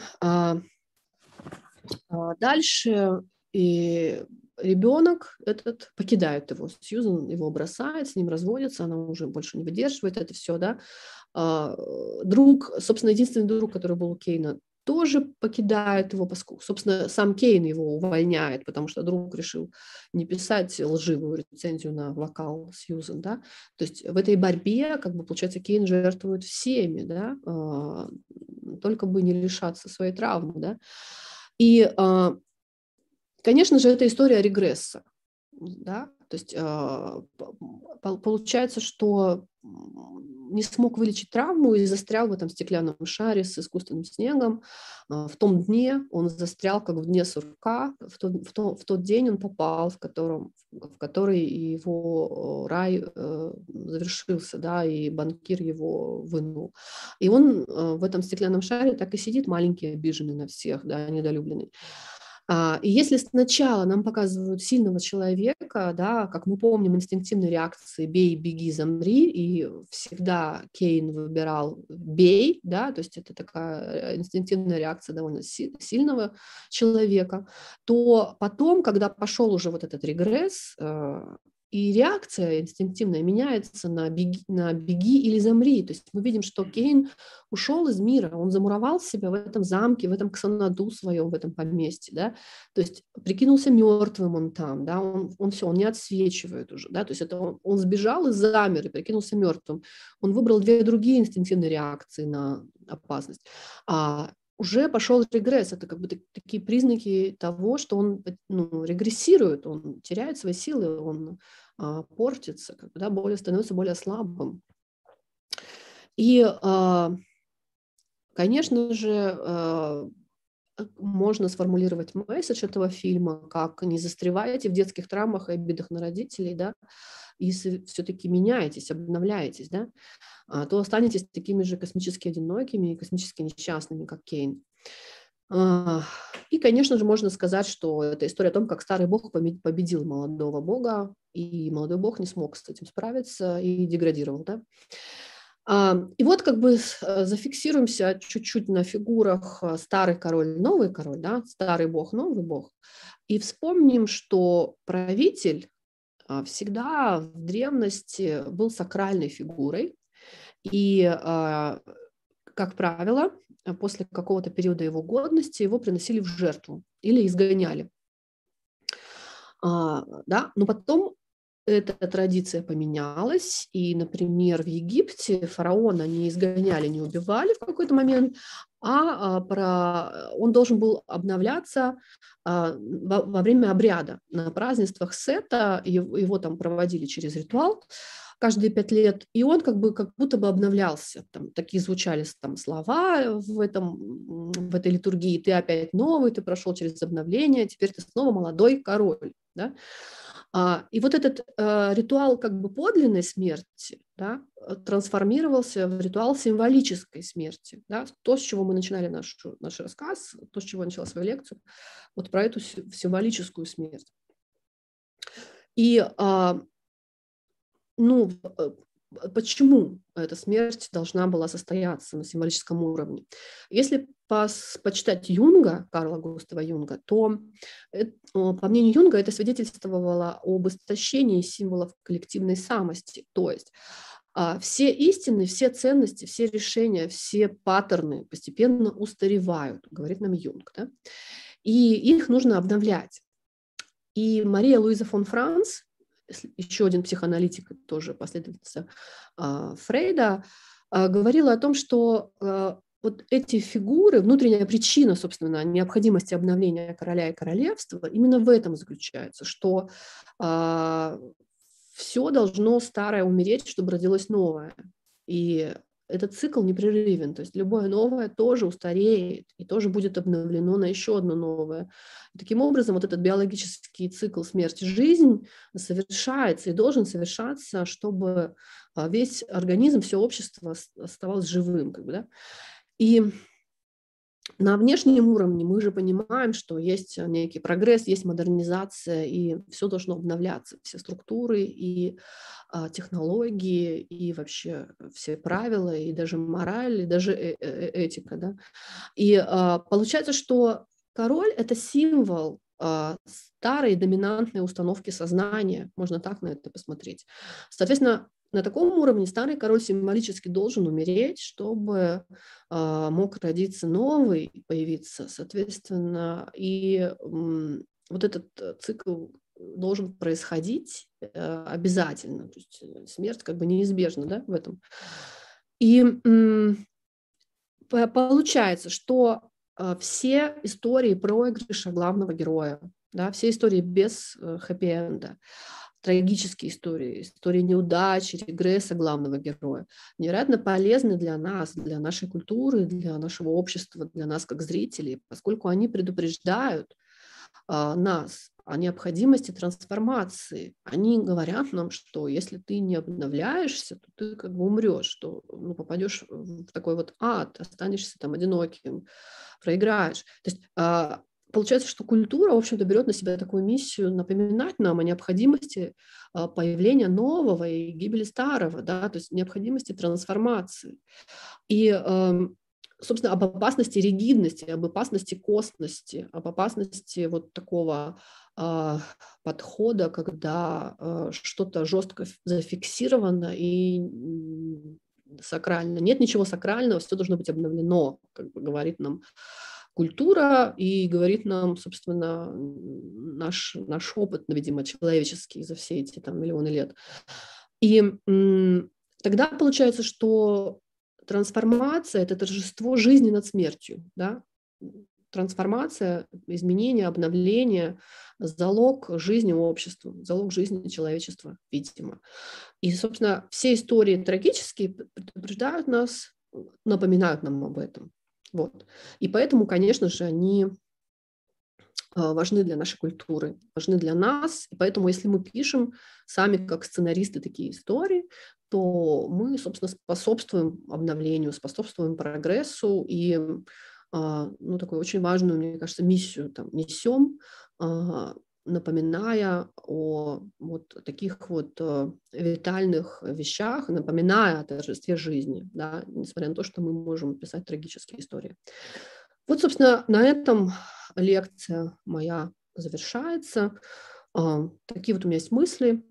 дальше и ребенок этот покидает его. Сьюзен его бросает, с ним разводится, она уже больше не выдерживает это все. Да? Друг, собственно, единственный друг, который был у Кейна, тоже покидает его, поскольку, собственно, сам Кейн его увольняет, потому что друг решил не писать лживую рецензию на вокал Сьюзен, да, то есть в этой борьбе, как бы, получается, Кейн жертвует всеми, да, только бы не лишаться своей травмы, да, и, конечно же, это история регресса, да, то есть получается, что не смог вылечить травму и застрял в этом стеклянном шаре с искусственным снегом. В том дне он застрял, как в дне сурка. В тот день он попал, в который его рай завершился, да, и банкир его вынул. И он в этом стеклянном шаре так и сидит, маленький, обиженный на всех, да, недолюбленный. И если сначала нам показывают сильного человека, да, как мы помним, инстинктивные реакции «бей, беги, замри», и всегда Кейн выбирал «бей», да, то есть это такая инстинктивная реакция довольно сильного человека, то потом, когда пошел уже вот этот регресс, и реакция инстинктивная меняется на беги или замри. То есть мы видим, что Кейн ушел из мира, он замуровал себя в этом замке, в этом ксанаду своем, в этом поместье, да, то есть прикинулся мертвым он там, да, он все, он не отсвечивает уже, да, то есть это он сбежал и замер, и прикинулся мертвым. Он выбрал две другие инстинктивные реакции на опасность. Уже пошел регресс. Это как бы такие признаки того, что он регрессирует, он теряет свои силы, он портится, когда становится более слабым. И, конечно же, можно сформулировать месседж этого фильма как «не застревайте в детских травмах и обидах на родителей», да, и все-таки меняетесь, обновляетесь, да, то останетесь такими же космически одинокими и космически несчастными, как Кейн. И, конечно же, можно сказать, что это история о том, как старый бог победил молодого бога, и молодой бог не смог с этим справиться и деградировал. Да? И вот как бы зафиксируемся чуть-чуть на фигурах старый король, новый король, да? Старый бог, новый бог, и вспомним, что правитель всегда в древности был сакральной фигурой, и, как правило, после какого-то периода его годности его приносили в жертву или изгоняли. Да? Но потом эта традиция поменялась, и, например, в Египте фараона не изгоняли, не убивали в какой-то момент, он должен был обновляться во время обряда. На празднествах Сета его там проводили через ритуал каждые 5 лет, и он как будто бы обновлялся. Там такие звучали там слова в этой литургии: «Ты опять новый, ты прошел через обновление, теперь ты снова молодой король». Да? И вот этот ритуал как бы подлинной смерти, да, трансформировался в ритуал символической смерти. Да? То, с чего мы начинали наш рассказ, то, с чего я начала свою лекцию, вот про эту символическую смерть. И почему эта смерть должна была состояться на символическом уровне? Если почитать Юнга, Карла Густава Юнга, то, по мнению Юнга, это свидетельствовало об истощении символов коллективной самости. То есть Все истины, все ценности, все решения, все паттерны постепенно устаревают, говорит нам Юнг, да? И их нужно обновлять. И Мария Луиза фон Франц, еще один психоаналитик, тоже последовательница Фрейда, говорила о том, что вот эти фигуры, внутренняя причина, собственно, необходимости обновления короля и королевства именно в этом заключается, что все должно старое умереть, чтобы родилось новое. И этот цикл непрерывен, то есть любое новое тоже устареет и тоже будет обновлено на еще одно новое. И таким образом, вот этот биологический цикл смерть-жизнь совершается и должен совершаться, чтобы весь организм, все общество оставалось живым. Как бы, да? И на внешнем уровне мы же понимаем, что есть некий прогресс, есть модернизация, и все должно обновляться, все структуры и технологии, и вообще все правила, и даже мораль, и даже этика. Да? И получается, что король – это символ старой доминантной установки сознания, можно так на это посмотреть. Соответственно, на таком уровне старый король символически должен умереть, чтобы мог родиться новый, появиться, соответственно, и вот этот цикл должен происходить обязательно, то есть смерть как бы неизбежна, да, в этом. И получается, что все истории проигрыша главного героя, да, все истории без хэппи-энда, трагические истории, истории неудачи, регресса главного героя, невероятно полезны для нас, для нашей культуры, для нашего общества, для нас как зрителей, поскольку они предупреждают нас о необходимости трансформации. Они говорят нам, что если ты не обновляешься, то ты как бы умрешь, что попадешь в такой вот ад, останешься там одиноким, проиграешь. То есть получается, что культура, в общем-то, берет на себя такую миссию напоминать нам о необходимости появления нового и гибели старого, да, то есть необходимости трансформации. И, собственно, об опасности ригидности, об опасности косности, об опасности вот такого подхода, когда что-то жестко зафиксировано и сакрально. Нет ничего сакрального, все должно быть обновлено, как бы говорит нам культура, и говорит нам, собственно, наш опыт, видимо, человеческий за все эти там миллионы лет. И тогда получается, что трансформация – это торжество жизни над смертью, да? Трансформация, изменение, обновление – залог жизни общества, залог жизни человечества, видимо. И, собственно, все истории трагические предупреждают нас, напоминают нам об этом. Вот. И поэтому, конечно же, они важны для нашей культуры, важны для нас. И поэтому, если мы пишем сами как сценаристы такие истории, то мы, собственно, способствуем обновлению, способствуем прогрессу и такую очень важную, мне кажется, миссию там несем, напоминая о вот таких вот витальных вещах, напоминая о торжестве жизни, да, несмотря на то, что мы можем писать трагические истории. Вот, собственно, на этом лекция моя завершается. Такие вот у меня есть мысли.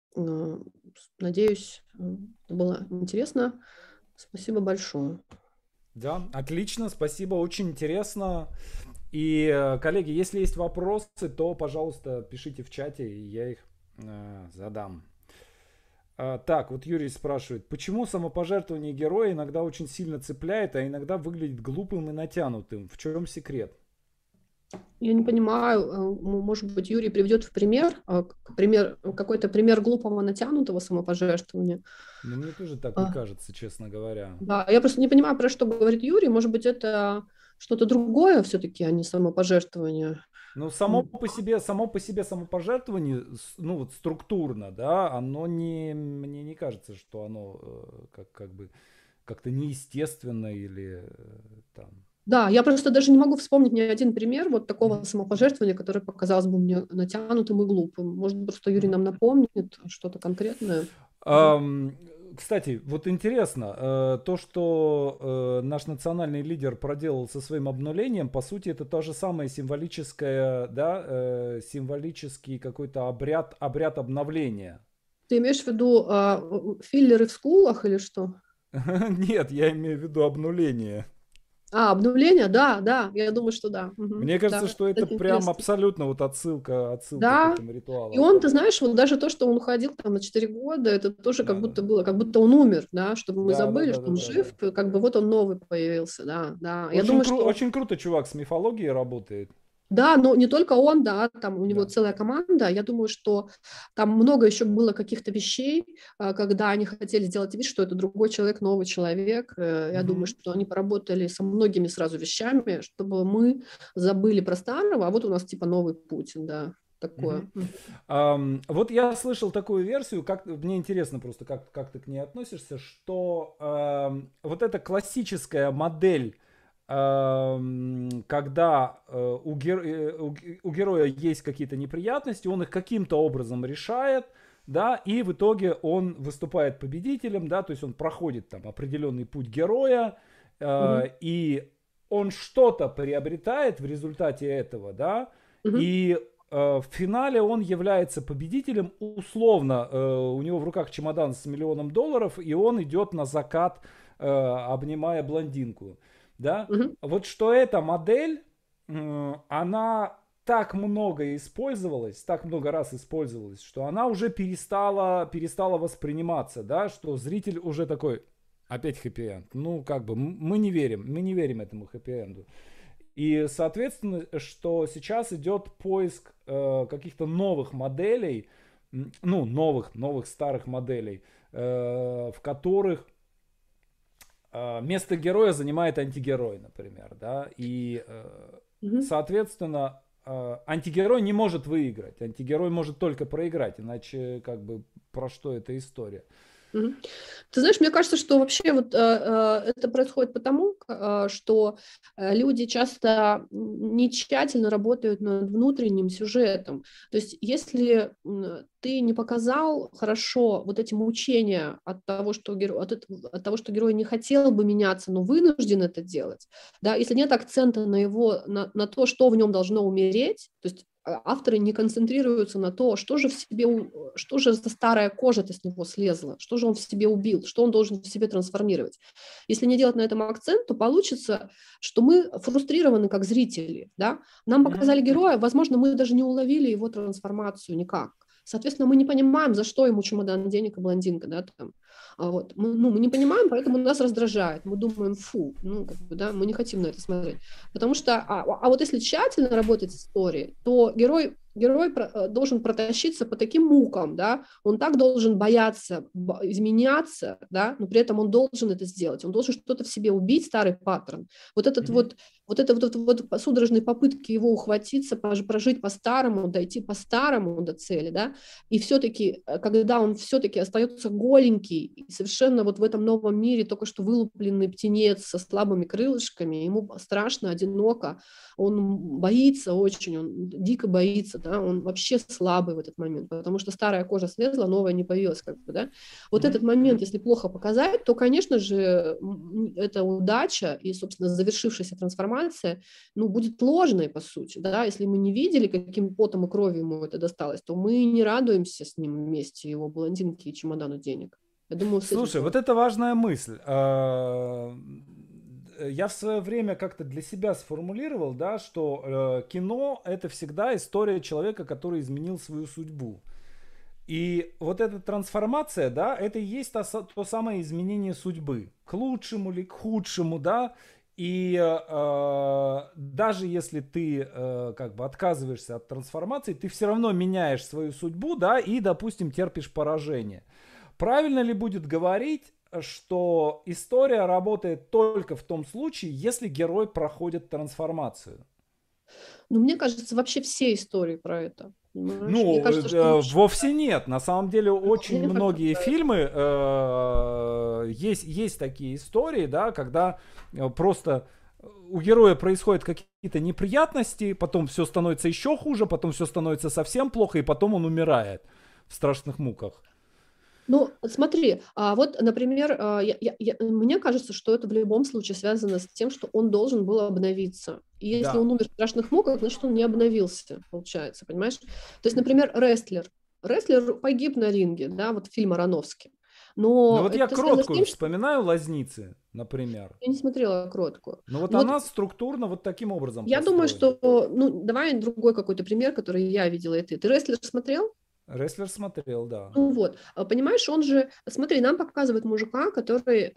Надеюсь, было интересно. Спасибо большое.
Да, отлично, спасибо, очень интересно. И, коллеги, если есть вопросы, то, пожалуйста, пишите в чате, и я их задам. Так, вот Юрий спрашивает, почему самопожертвование героя иногда очень сильно цепляет, а иногда выглядит глупым и натянутым? В чем секрет?
Я не понимаю, может быть, Юрий приведет в пример какой-то пример глупого натянутого самопожертвования.
Ну, мне тоже так не кажется, честно говоря.
Да, я просто не понимаю, про что говорит Юрий. Может быть, это что-то другое все-таки, а не самопожертвование.
Ну, само по себе самопожертвование, ну, вот структурно, да, оно мне не кажется, что оно как бы как-то неестественно или там.
Да, я просто даже не могу вспомнить ни один пример вот такого самопожертвования, которое показалось бы мне натянутым и глупым. Может, просто Юрий нам напомнит что-то конкретное.
Кстати, вот интересно, то, что наш национальный лидер проделал со своим обнулением, по сути, это то же самое символическое, да, символический какой-то обряд обновления.
Ты имеешь в виду филлеры в скулах или что?
Нет, я имею в виду обнуление.
Обновление? Да, да, я думаю, что да. Мгм.
Мне кажется,
Да,
что это
это
прям
интересно.
абсолютно вот отсылка к
Да,
этим
и
ритуалам.
он, ты знаешь, вот даже то, что он уходил там на 4 года, это тоже как
Да, да.
будто было, как будто он умер, да, чтобы мы
Да, да,
забыли,
да,
что
да,
он
да, да.
жив, и как бы вот он новый появился, да, да. Я думаю, что
Очень круто чувак с мифологией работает.
да, но не только он, да, там у него
Да.
целая команда. Я думаю, что там много еще было каких-то вещей, когда они хотели сделать вид, что это другой человек, новый человек. Я думаю,
Мгм.
что они поработали со многими сразу вещами, чтобы мы забыли про старого, а вот у нас типа новый Путин, да, такое.
Мгм. Вот я слышал такую версию, как мне интересно просто, как ты к ней относишься, что вот эта классическая модель, когда у героя есть какие-то неприятности, он их каким-то образом решает, да, и в итоге он выступает победителем, да, то есть он проходит там определенный путь героя,
Мгм.
и он что-то приобретает в результате этого, да,
Мгм.
и в финале он является победителем, условно, у него в руках чемодан с $1 000 000, и он идет на закат, обнимая блондинку. Да?
Мгм.
Вот что эта модель, она так много использовалась, так много раз использовалась, что она уже перестала восприниматься, да, что зритель уже такой, опять хэппи-энд. Ну, как бы, мы не верим этому хэппи-энду. И, соответственно, что сейчас идет поиск каких-то новых моделей, ну, новых старых моделей, в которых место героя занимает антигерой, например, да, и,
Мгм.
соответственно, антигерой не может выиграть, антигерой может только проиграть, иначе, как бы, про что эта история?
Мгм. Ты знаешь, мне кажется, что вообще вот это происходит потому, что люди часто не тщательно работают над внутренним сюжетом. То есть если ты не показал хорошо вот эти мучения от того, что от того, что герой не хотел бы меняться, но вынужден это делать, да, если нет акцента на на то, что в нем должно умереть, то есть авторы не концентрируются на то, что же в себе, что же за старая кожа-то с него слезла, что же он в себе убил, что он должен в себе трансформировать. Если не делать на этом акцент, то получится, что мы фрустрированы как зрители, да? Нам
Мгм.
показали героя, возможно, мы даже не уловили его трансформацию никак. Соответственно, мы не понимаем, за что ему чемодан денег и блондинка, да, там. Вот. Мы не понимаем, поэтому нас раздражает. Мы думаем, фу, ну, как бы, да, мы не хотим на это смотреть. Потому что, вот если тщательно работать с историей, то герой должен протащиться по таким мукам, да, он так должен бояться изменяться, да, но при этом он должен это сделать, он должен что-то в себе убить, старый паттерн. Вот этот
Мгм.
вот это вот судорожные попытки его ухватиться, прожить по-старому, дойти по-старому до цели, да, и все-таки, когда он все-таки остается голенький и совершенно вот в этом новом мире только что вылупленный птенец со слабыми крылышками, ему страшно, одиноко, он боится очень, он дико боится, да, он вообще слабый в этот момент, потому что старая кожа слезла, новая не появилась, как бы, да. Вот этот
Мгм.
момент,
Мгм.
если плохо показать, то, конечно же, это удача и, собственно, завершившаяся трансформация, ну, будет ложной, по сути, да, если мы не видели, каким потом и кровью ему это досталось, то мы не радуемся с ним вместе его блондинке и чемодану денег. Я думаю, с этим
Слушай, вот
сложно.
это важная мысль. Я в свое время как-то для себя сформулировал, да, что кино это всегда история человека, который изменил свою судьбу. И вот эта трансформация, да, это и есть то самое изменение судьбы. К лучшему или к худшему, да. И даже если ты как бы отказываешься от трансформации, ты все равно меняешь свою судьбу, да, и, допустим, терпишь поражение. Правильно ли будет говорить, что история работает только в том случае, если герой проходит трансформацию?
Но мне кажется, вообще все истории про это, понимаешь? Мне
Ну,
кажется, что лучше
вовсе нет. На самом деле очень
мне кажется
многие
про это.
фильмы есть такие истории, да, когда просто у героя происходят какие-то неприятности, потом все становится еще хуже, потом все становится совсем плохо, и потом он умирает в страшных муках.
Ну, смотри, вот, например, мне кажется, что это в любом случае связано с тем, что он должен был обновиться. И если
Да.
он умер в страшных муках, значит, он не обновился, получается, понимаешь? То есть, например, рестлер. рестлер погиб на ринге, да, вот фильм Аронофски.
Ну
Но
вот я
это связано с
кроткую
тем, что
вспоминаю «Лазницы», например.
я не смотрела кроткую.
Но вот
Ну вот
она структурно вот таким образом
я думаю,
построена.
что, ну, давай другой какой-то пример, который я видела, и ты. Ты рестлер смотрел?
Рестлер смотрел, да.
Ну вот, понимаешь, он же, смотри, нам показывает мужика, который,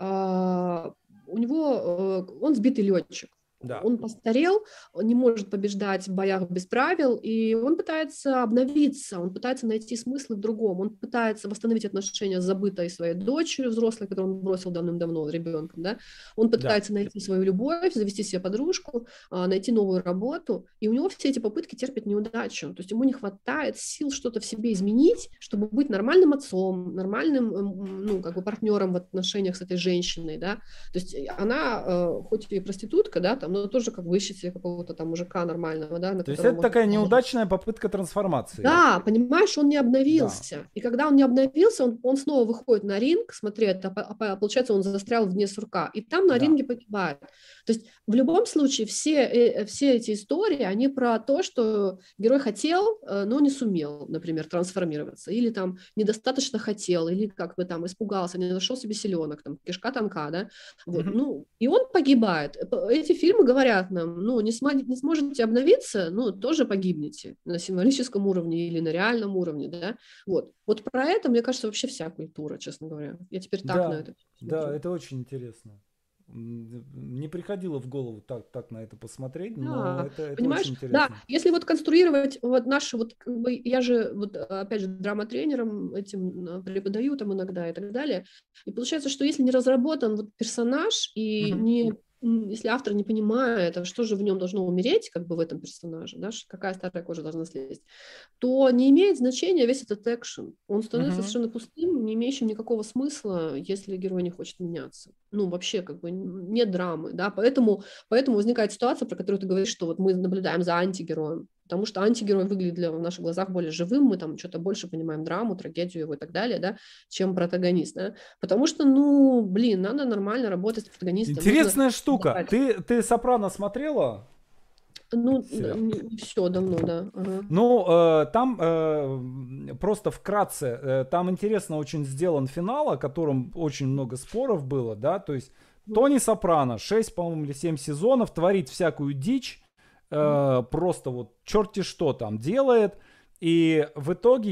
у него, он сбитый летчик.
Да.
Он постарел, он не может побеждать в боях без правил, и он пытается обновиться, он пытается найти смыслы в другом, он пытается восстановить отношения с забытой своей дочерью взрослой, которую он бросил давным-давно ребенком, да? Он
Да.
пытается найти свою любовь, завести себе подружку, найти новую работу, и у него все эти попытки терпят неудачу, то есть ему не хватает сил что-то в себе изменить, чтобы быть нормальным отцом, нормальным, ну, как бы партнером в отношениях с этой женщиной, да? То есть она, хоть и проститутка, да, там, но тоже как бы ищет себе какого-то там мужика нормального, да, на
То есть
которого
это
можно
такая
положиться.
неудачная попытка трансформации.
Да, понимаешь, он не
Да.
обновился. И когда он не обновился, он снова выходит на ринг, смотри, получается, он застрял вне сурка, и там на
Да.
ринге погибает. То есть в любом случае все эти истории, они про то, что герой хотел, но не сумел, например, трансформироваться, или там недостаточно хотел, или как бы там испугался, не нашел себе селенок, там кишка тонка, да, вот,
Мгм.
ну, и он погибает. Эти фильмы говорят нам, ну, не сможете обновиться, ну, тоже погибнете на символическом уровне или на реальном уровне, да, вот про это, мне кажется, вообще вся культура, честно говоря. Я теперь так на
Да,
это
да,
смотрю.
это очень интересно. Не приходило в голову так на это посмотреть, но
Да,
это очень
понимаешь, да,
интересно.
если вот конструировать вот наши вот, как бы, я же вот опять же драматренером этим преподаю там иногда и так далее, и получается, что если не разработан вот персонаж и
Мгм.
не если автор не понимает, а что же в нем должно умереть, как бы в этом персонаже, да, какая старая кожа должна слезть, то не имеет значения весь этот экшен. Он становится
Мгм.
совершенно пустым, не имеющим никакого смысла, если герой не хочет меняться. Ну, вообще, как бы нет драмы, да, поэтому возникает ситуация, про которую ты говоришь, что вот мы наблюдаем за антигероем, потому что антигерой выглядит в наших глазах более живым, мы там что-то больше понимаем драму, трагедию его и так далее, да, чем протагонист, да, потому что, ну, блин, надо нормально работать с протагонистом, нужно
Интересная штука.
давать.
Ты «Сопрано» смотрела?
Ну,
Сериал.
не все давно, да. Ага.
Ну, там просто вкратце, там интересно очень сделан финал, о котором очень много споров было, да, то есть Тони Сопрано, 6, по-моему, или 7 сезонов, творит всякую дичь, просто вот черти что там делает, и в итоге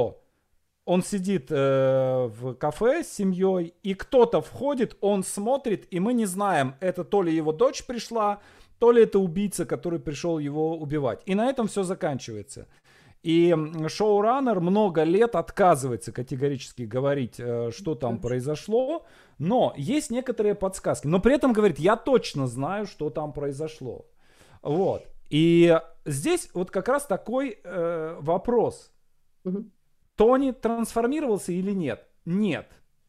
он сидит в кафе с семьей, и кто-то входит, он смотрит, и мы не знаем, это то ли его дочь пришла, то ли это убийца, который пришел его убивать. И на этом все заканчивается. И шоураннер много лет отказывается категорически говорить, что там произошло, но есть некоторые подсказки. Но при этом говорит, я точно знаю, что там произошло. Вот. И здесь вот как раз такой вопрос. Тони трансформировался или нет? Нет.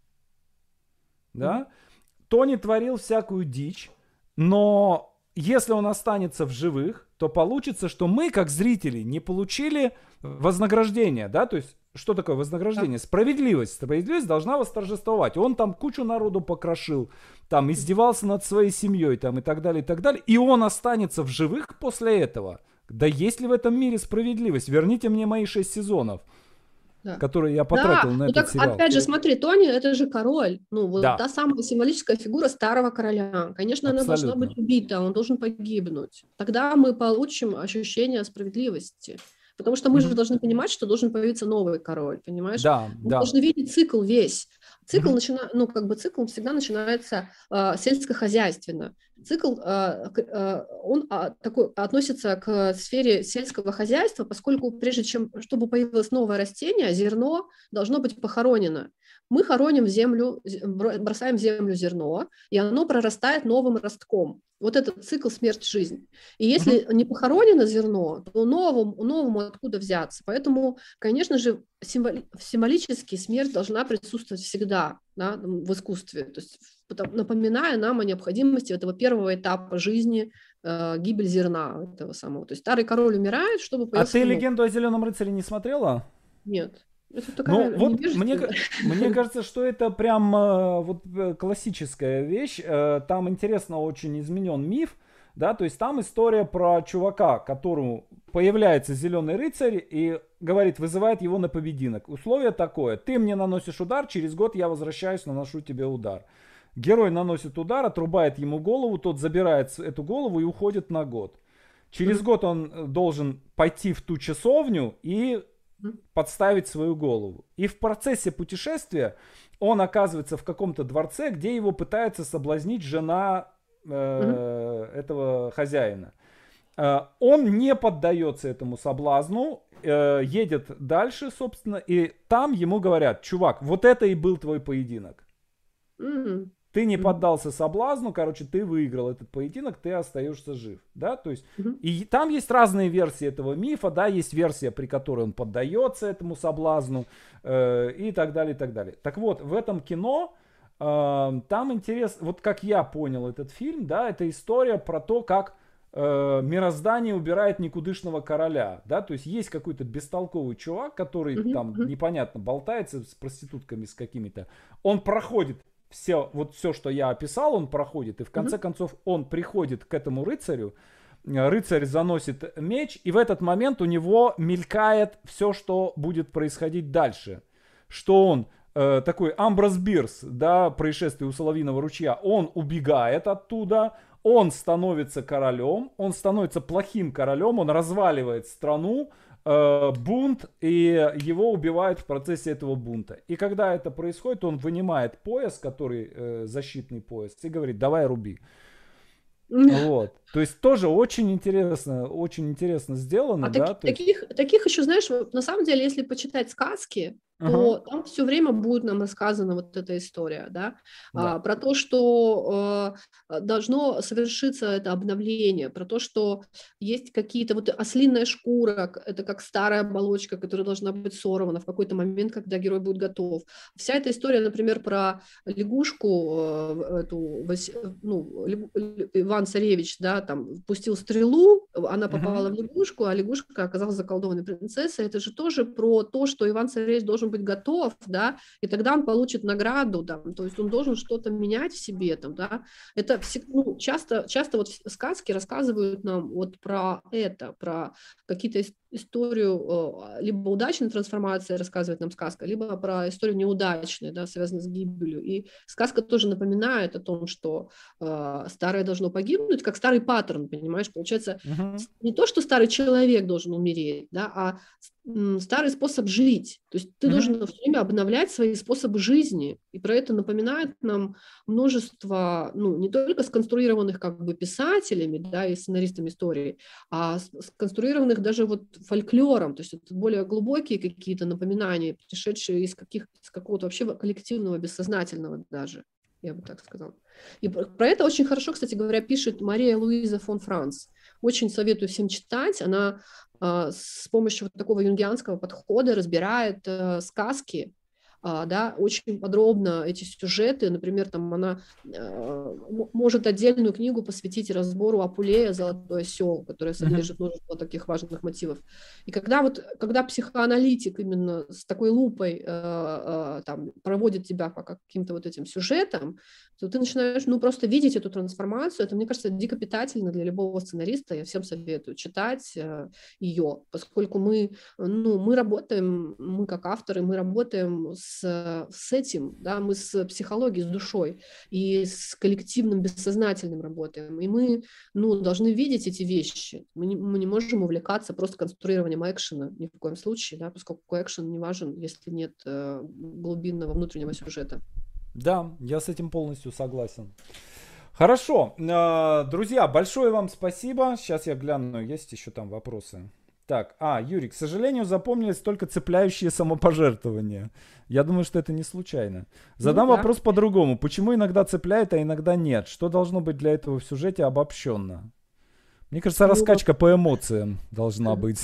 Да? Тони творил всякую дичь, но если он останется в живых, то получится, что мы, как зрители, не получили вознаграждение, да, то есть, что такое вознаграждение? Справедливость. Справедливость должна восторжествовать. Он там кучу народу покрошил, там издевался над своей семьей, там и так далее, и так далее. И он останется в живых после этого. Да есть ли в этом мире справедливость? Верните мне мои 6 сезонов. Да. Которые я потратил на
ну
этот
так,
сериал.
опять же, смотри, Тони это же король, ну вот
Да.
та самая символическая фигура старого короля. Конечно,
Абсолютно.
она должна быть убита, он должен погибнуть. Тогда мы получим ощущение справедливости. Потому что мы же должны понимать, что должен появиться новый король, понимаешь?
Да,
мы
да.
должны видеть цикл весь. Цикл цикл всегда начинается сельскохозяйственно. Цикл, он такой относится к сфере сельского хозяйства, поскольку прежде чем, чтобы появилось новое растение, зерно должно быть похоронено. Мы хороним в землю, бросаем в землю зерно, и оно прорастает новым ростком. Вот этот цикл смерть-жизнь. И если не похоронено зерно, то новому откуда взяться. Поэтому, конечно же, символически смерть должна присутствовать всегда, да, в искусстве. То есть напоминая нам о необходимости этого первого этапа жизни, гибель зерна этого самого. То есть старый король умирает, чтобы появился
ты
новый.
«Легенду о Зеленом рыцаре» не смотрела?
Нет. Это такая
мне кажется, что это прям вот классическая вещь. Там интересно очень изменен миф, да, то есть там история про чувака, которому появляется зеленый рыцарь, и говорит, вызывает его на поединок. Условие такое: ты мне наносишь удар, через год я возвращаюсь, наношу тебе удар. Герой наносит удар, отрубает ему голову, тот забирает эту голову и уходит на год. Через год он должен пойти в ту часовню и подставить свою голову. И в процессе путешествия он оказывается в каком-то дворце, где его пытается соблазнить жена этого хозяина. Он не поддается этому соблазну, едет дальше, собственно, и там ему говорят: чувак, вот это и был твой поединок. Ты не поддался соблазну, короче, ты выиграл этот поединок, ты остаешься жив, да, то есть, и там есть разные версии этого мифа, да, есть версия, при которой он поддается этому соблазну, и так далее, и так далее. Так вот, в этом кино, там интересно, вот как я понял этот фильм, да, это история про то, как мироздание убирает никудышного короля, да, то есть какой-то бестолковый чувак, который там непонятно болтается с проститутками, с какими-то, он проходит все, что я описал, он проходит, и в конце концов он приходит к этому рыцарю, рыцарь заносит меч, и в этот момент у него мелькает все, что будет происходить дальше, что он такой Амброс Бирс, да, происшествие у Соловьиного ручья, он убегает оттуда, он становится королем, он становится плохим королем, он разваливает страну, бунт, и его убивают в процессе этого бунта. И когда это происходит, он вынимает пояс, который защитный пояс, и говорит: давай руби. Вот. То есть тоже очень интересно сделано. Да?
Таких еще, знаешь, на самом деле, если почитать сказки, то там все время будет нам рассказана вот эта история, да, про то, что должно совершиться это обновление, про то, что есть какие-то, вот ослиная шкура, это как старая оболочка, которая должна быть сорвана в какой-то момент, когда герой будет готов. Вся эта история, например, про лягушку, Иван Царевич, да, там пустил стрелу, она попала в лягушку, а лягушка оказалась заколдованной принцессой. Это же тоже про то, что Иван Царевич должен быть готов, да, и тогда он получит награду, да, то есть он должен что-то менять в себе, там, да. Это часто вот сказки рассказывают нам вот про это, про какие-то историю либо удачной трансформации рассказывает нам сказка, либо про историю неудачную, да, связанную с гибелью. И сказка тоже напоминает о том, что старое должно погибнуть, как старый паттерн, понимаешь, получается, не то, что старый человек должен умереть, да, а старый способ жить. То есть ты должен все время обновлять свои способы жизни. И про это напоминает нам множество, не только сконструированных как бы писателями, да, и сценаристами истории, а сконструированных даже вот фольклором. То есть это более глубокие какие-то напоминания, пришедшие из какого-то вообще коллективного, бессознательного даже, я бы так сказала. И про это очень хорошо, кстати говоря, пишет Мария Луиза фон Франц. Очень советую всем читать. Она с помощью вот такого юнгианского подхода разбирает сказки, да, очень подробно эти сюжеты. Например, там она может отдельную книгу посвятить разбору Апулея «Золотой осел», которая содержит множество таких важных мотивов. И когда психоаналитик именно с такой лупой там, проводит тебя по каким-то вот этим сюжетам, то ты начинаешь просто видеть эту трансформацию. Это, мне кажется, дико питательно для любого сценариста. Я всем советую читать ее, поскольку мы работаем, мы как авторы, мы работаем с этим, да, мы с психологией, с душой и с коллективным бессознательным работаем, и мы, должны видеть эти вещи, мы не можем увлекаться просто конструированием экшена ни в коем случае, да, поскольку экшен не важен, если нет глубинного внутреннего сюжета.
Да, я с этим полностью согласен. Хорошо, друзья, большое вам спасибо. Сейчас я гляну, есть еще там вопросы. Так, Юрий, к сожалению, запомнились только цепляющие самопожертвования. Я думаю, что это не случайно. Задам вопрос по-другому. Почему иногда цепляет, а иногда нет? Что должно быть для этого в сюжете обобщенно? Мне кажется, раскачка по эмоциям должна быть.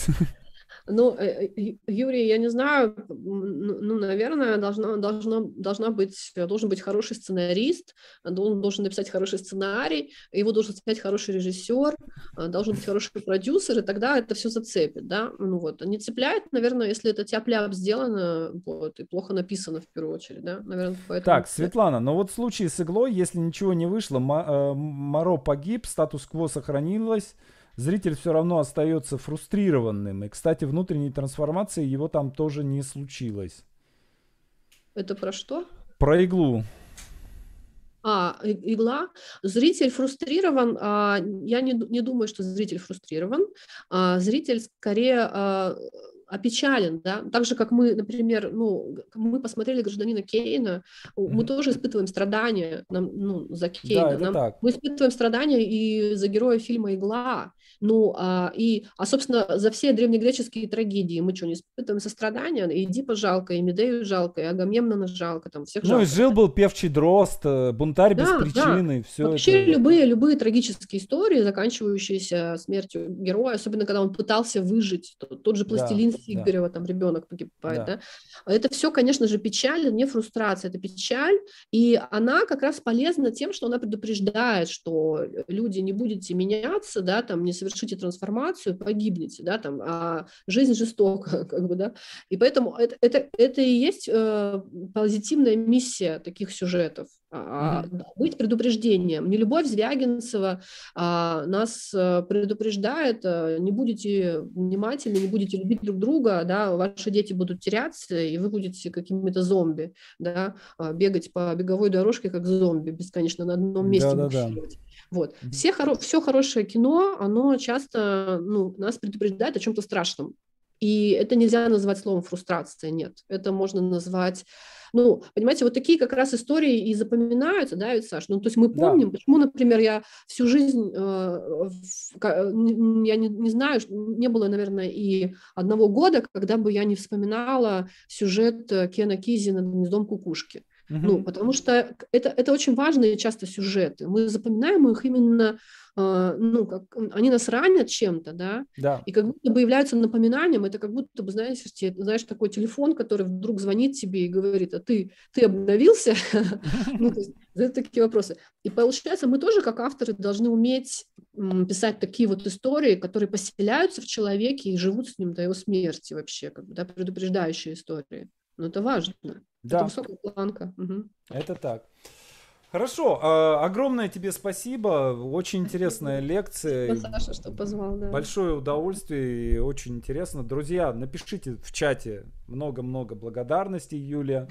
Юрий, я не знаю, наверное, должен быть хороший сценарист, он должен написать хороший сценарий, его должен снять хороший режиссер, должен быть хороший продюсер, и тогда это все зацепит, да, Не цепляет, наверное, если это тяп-ляп сделано, и плохо написано в первую очередь, да, наверное, поэтому...
Так, Светлана, но вот в случае с «Иглой», если ничего не вышло, Моро погиб, статус-кво сохранилось, зритель все равно остается фрустрированным. И, кстати, внутренней трансформации его там тоже не случилось.
Это про что?
Про иглу.
Игла. Зритель фрустрирован. Я не думаю, что зритель фрустрирован. Зритель скорее опечален, да, так же, как мы, например, мы посмотрели «Гражданина Кейна», мы тоже испытываем страдания за
Да,
Кейна,
это так.
мы испытываем страдания и за героя фильма «Игла», собственно, за все древнегреческие трагедии мы что, не испытываем сострадания? И Эдипа жалко, и Медею жалко, и Агамемнона жалко, там всех жалко.
И жил-был певчий дрозд, бунтарь без причины, все
вообще
это.
любые трагические истории, заканчивающиеся смертью героя, особенно когда он пытался выжить, тот же «Пластилин» Сигарева, там ребенок погибает, да. Это все, конечно же, печаль, не фрустрация, это печаль, и она как раз полезна тем, что она предупреждает, что люди, не будете меняться, да, там, не совершите трансформацию, погибнете, да, там, а жизнь жестока, как бы, да, и поэтому это и есть позитивная миссия таких сюжетов. Быть предупреждением. Нелюбовь Звягинцева нас предупреждает: не будете внимательны, не будете любить друг друга, да, ваши дети будут теряться, и вы будете какими-то зомби, да, бегать по беговой дорожке как зомби, бесконечно на одном месте буксировать. Вот. Все хорошее кино, оно часто нас предупреждает о чем-то страшном. И это нельзя назвать словом фрустрация, нет. Это можно назвать... понимаете, вот такие как раз истории и запоминаются, да, ведь, Саш? То есть мы помним, почему, например, я всю жизнь, я не знаю, не было, наверное, и одного года, когда бы я не вспоминала сюжет Кена Кизи «Над гнездом кукушки». Потому что это очень важные часто сюжеты. Мы запоминаем их именно, как они нас ранят чем-то, да? И как будто бы являются напоминанием. Это как будто бы, знаешь, такой телефон, который вдруг звонит тебе и говорит: а ты обновился? Задают такие вопросы. И получается, мы тоже, как авторы, должны уметь писать такие вот истории, которые поселяются в человеке и живут с ним до его смерти вообще, как бы, да, предупреждающие истории. Но это важно.
Да.
Это высокая планка.
Это так. Хорошо. Огромное тебе спасибо. Очень интересная лекция.
Спасибо, Саша, что позвал. Да.
Большое удовольствие и очень интересно. Друзья, напишите в чате много-много благодарностей, Юлия.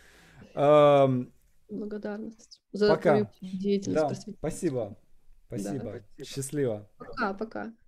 Благодарность за твою деятельность.
Да, спасибо. Спасибо. Да. Счастливо.
Пока.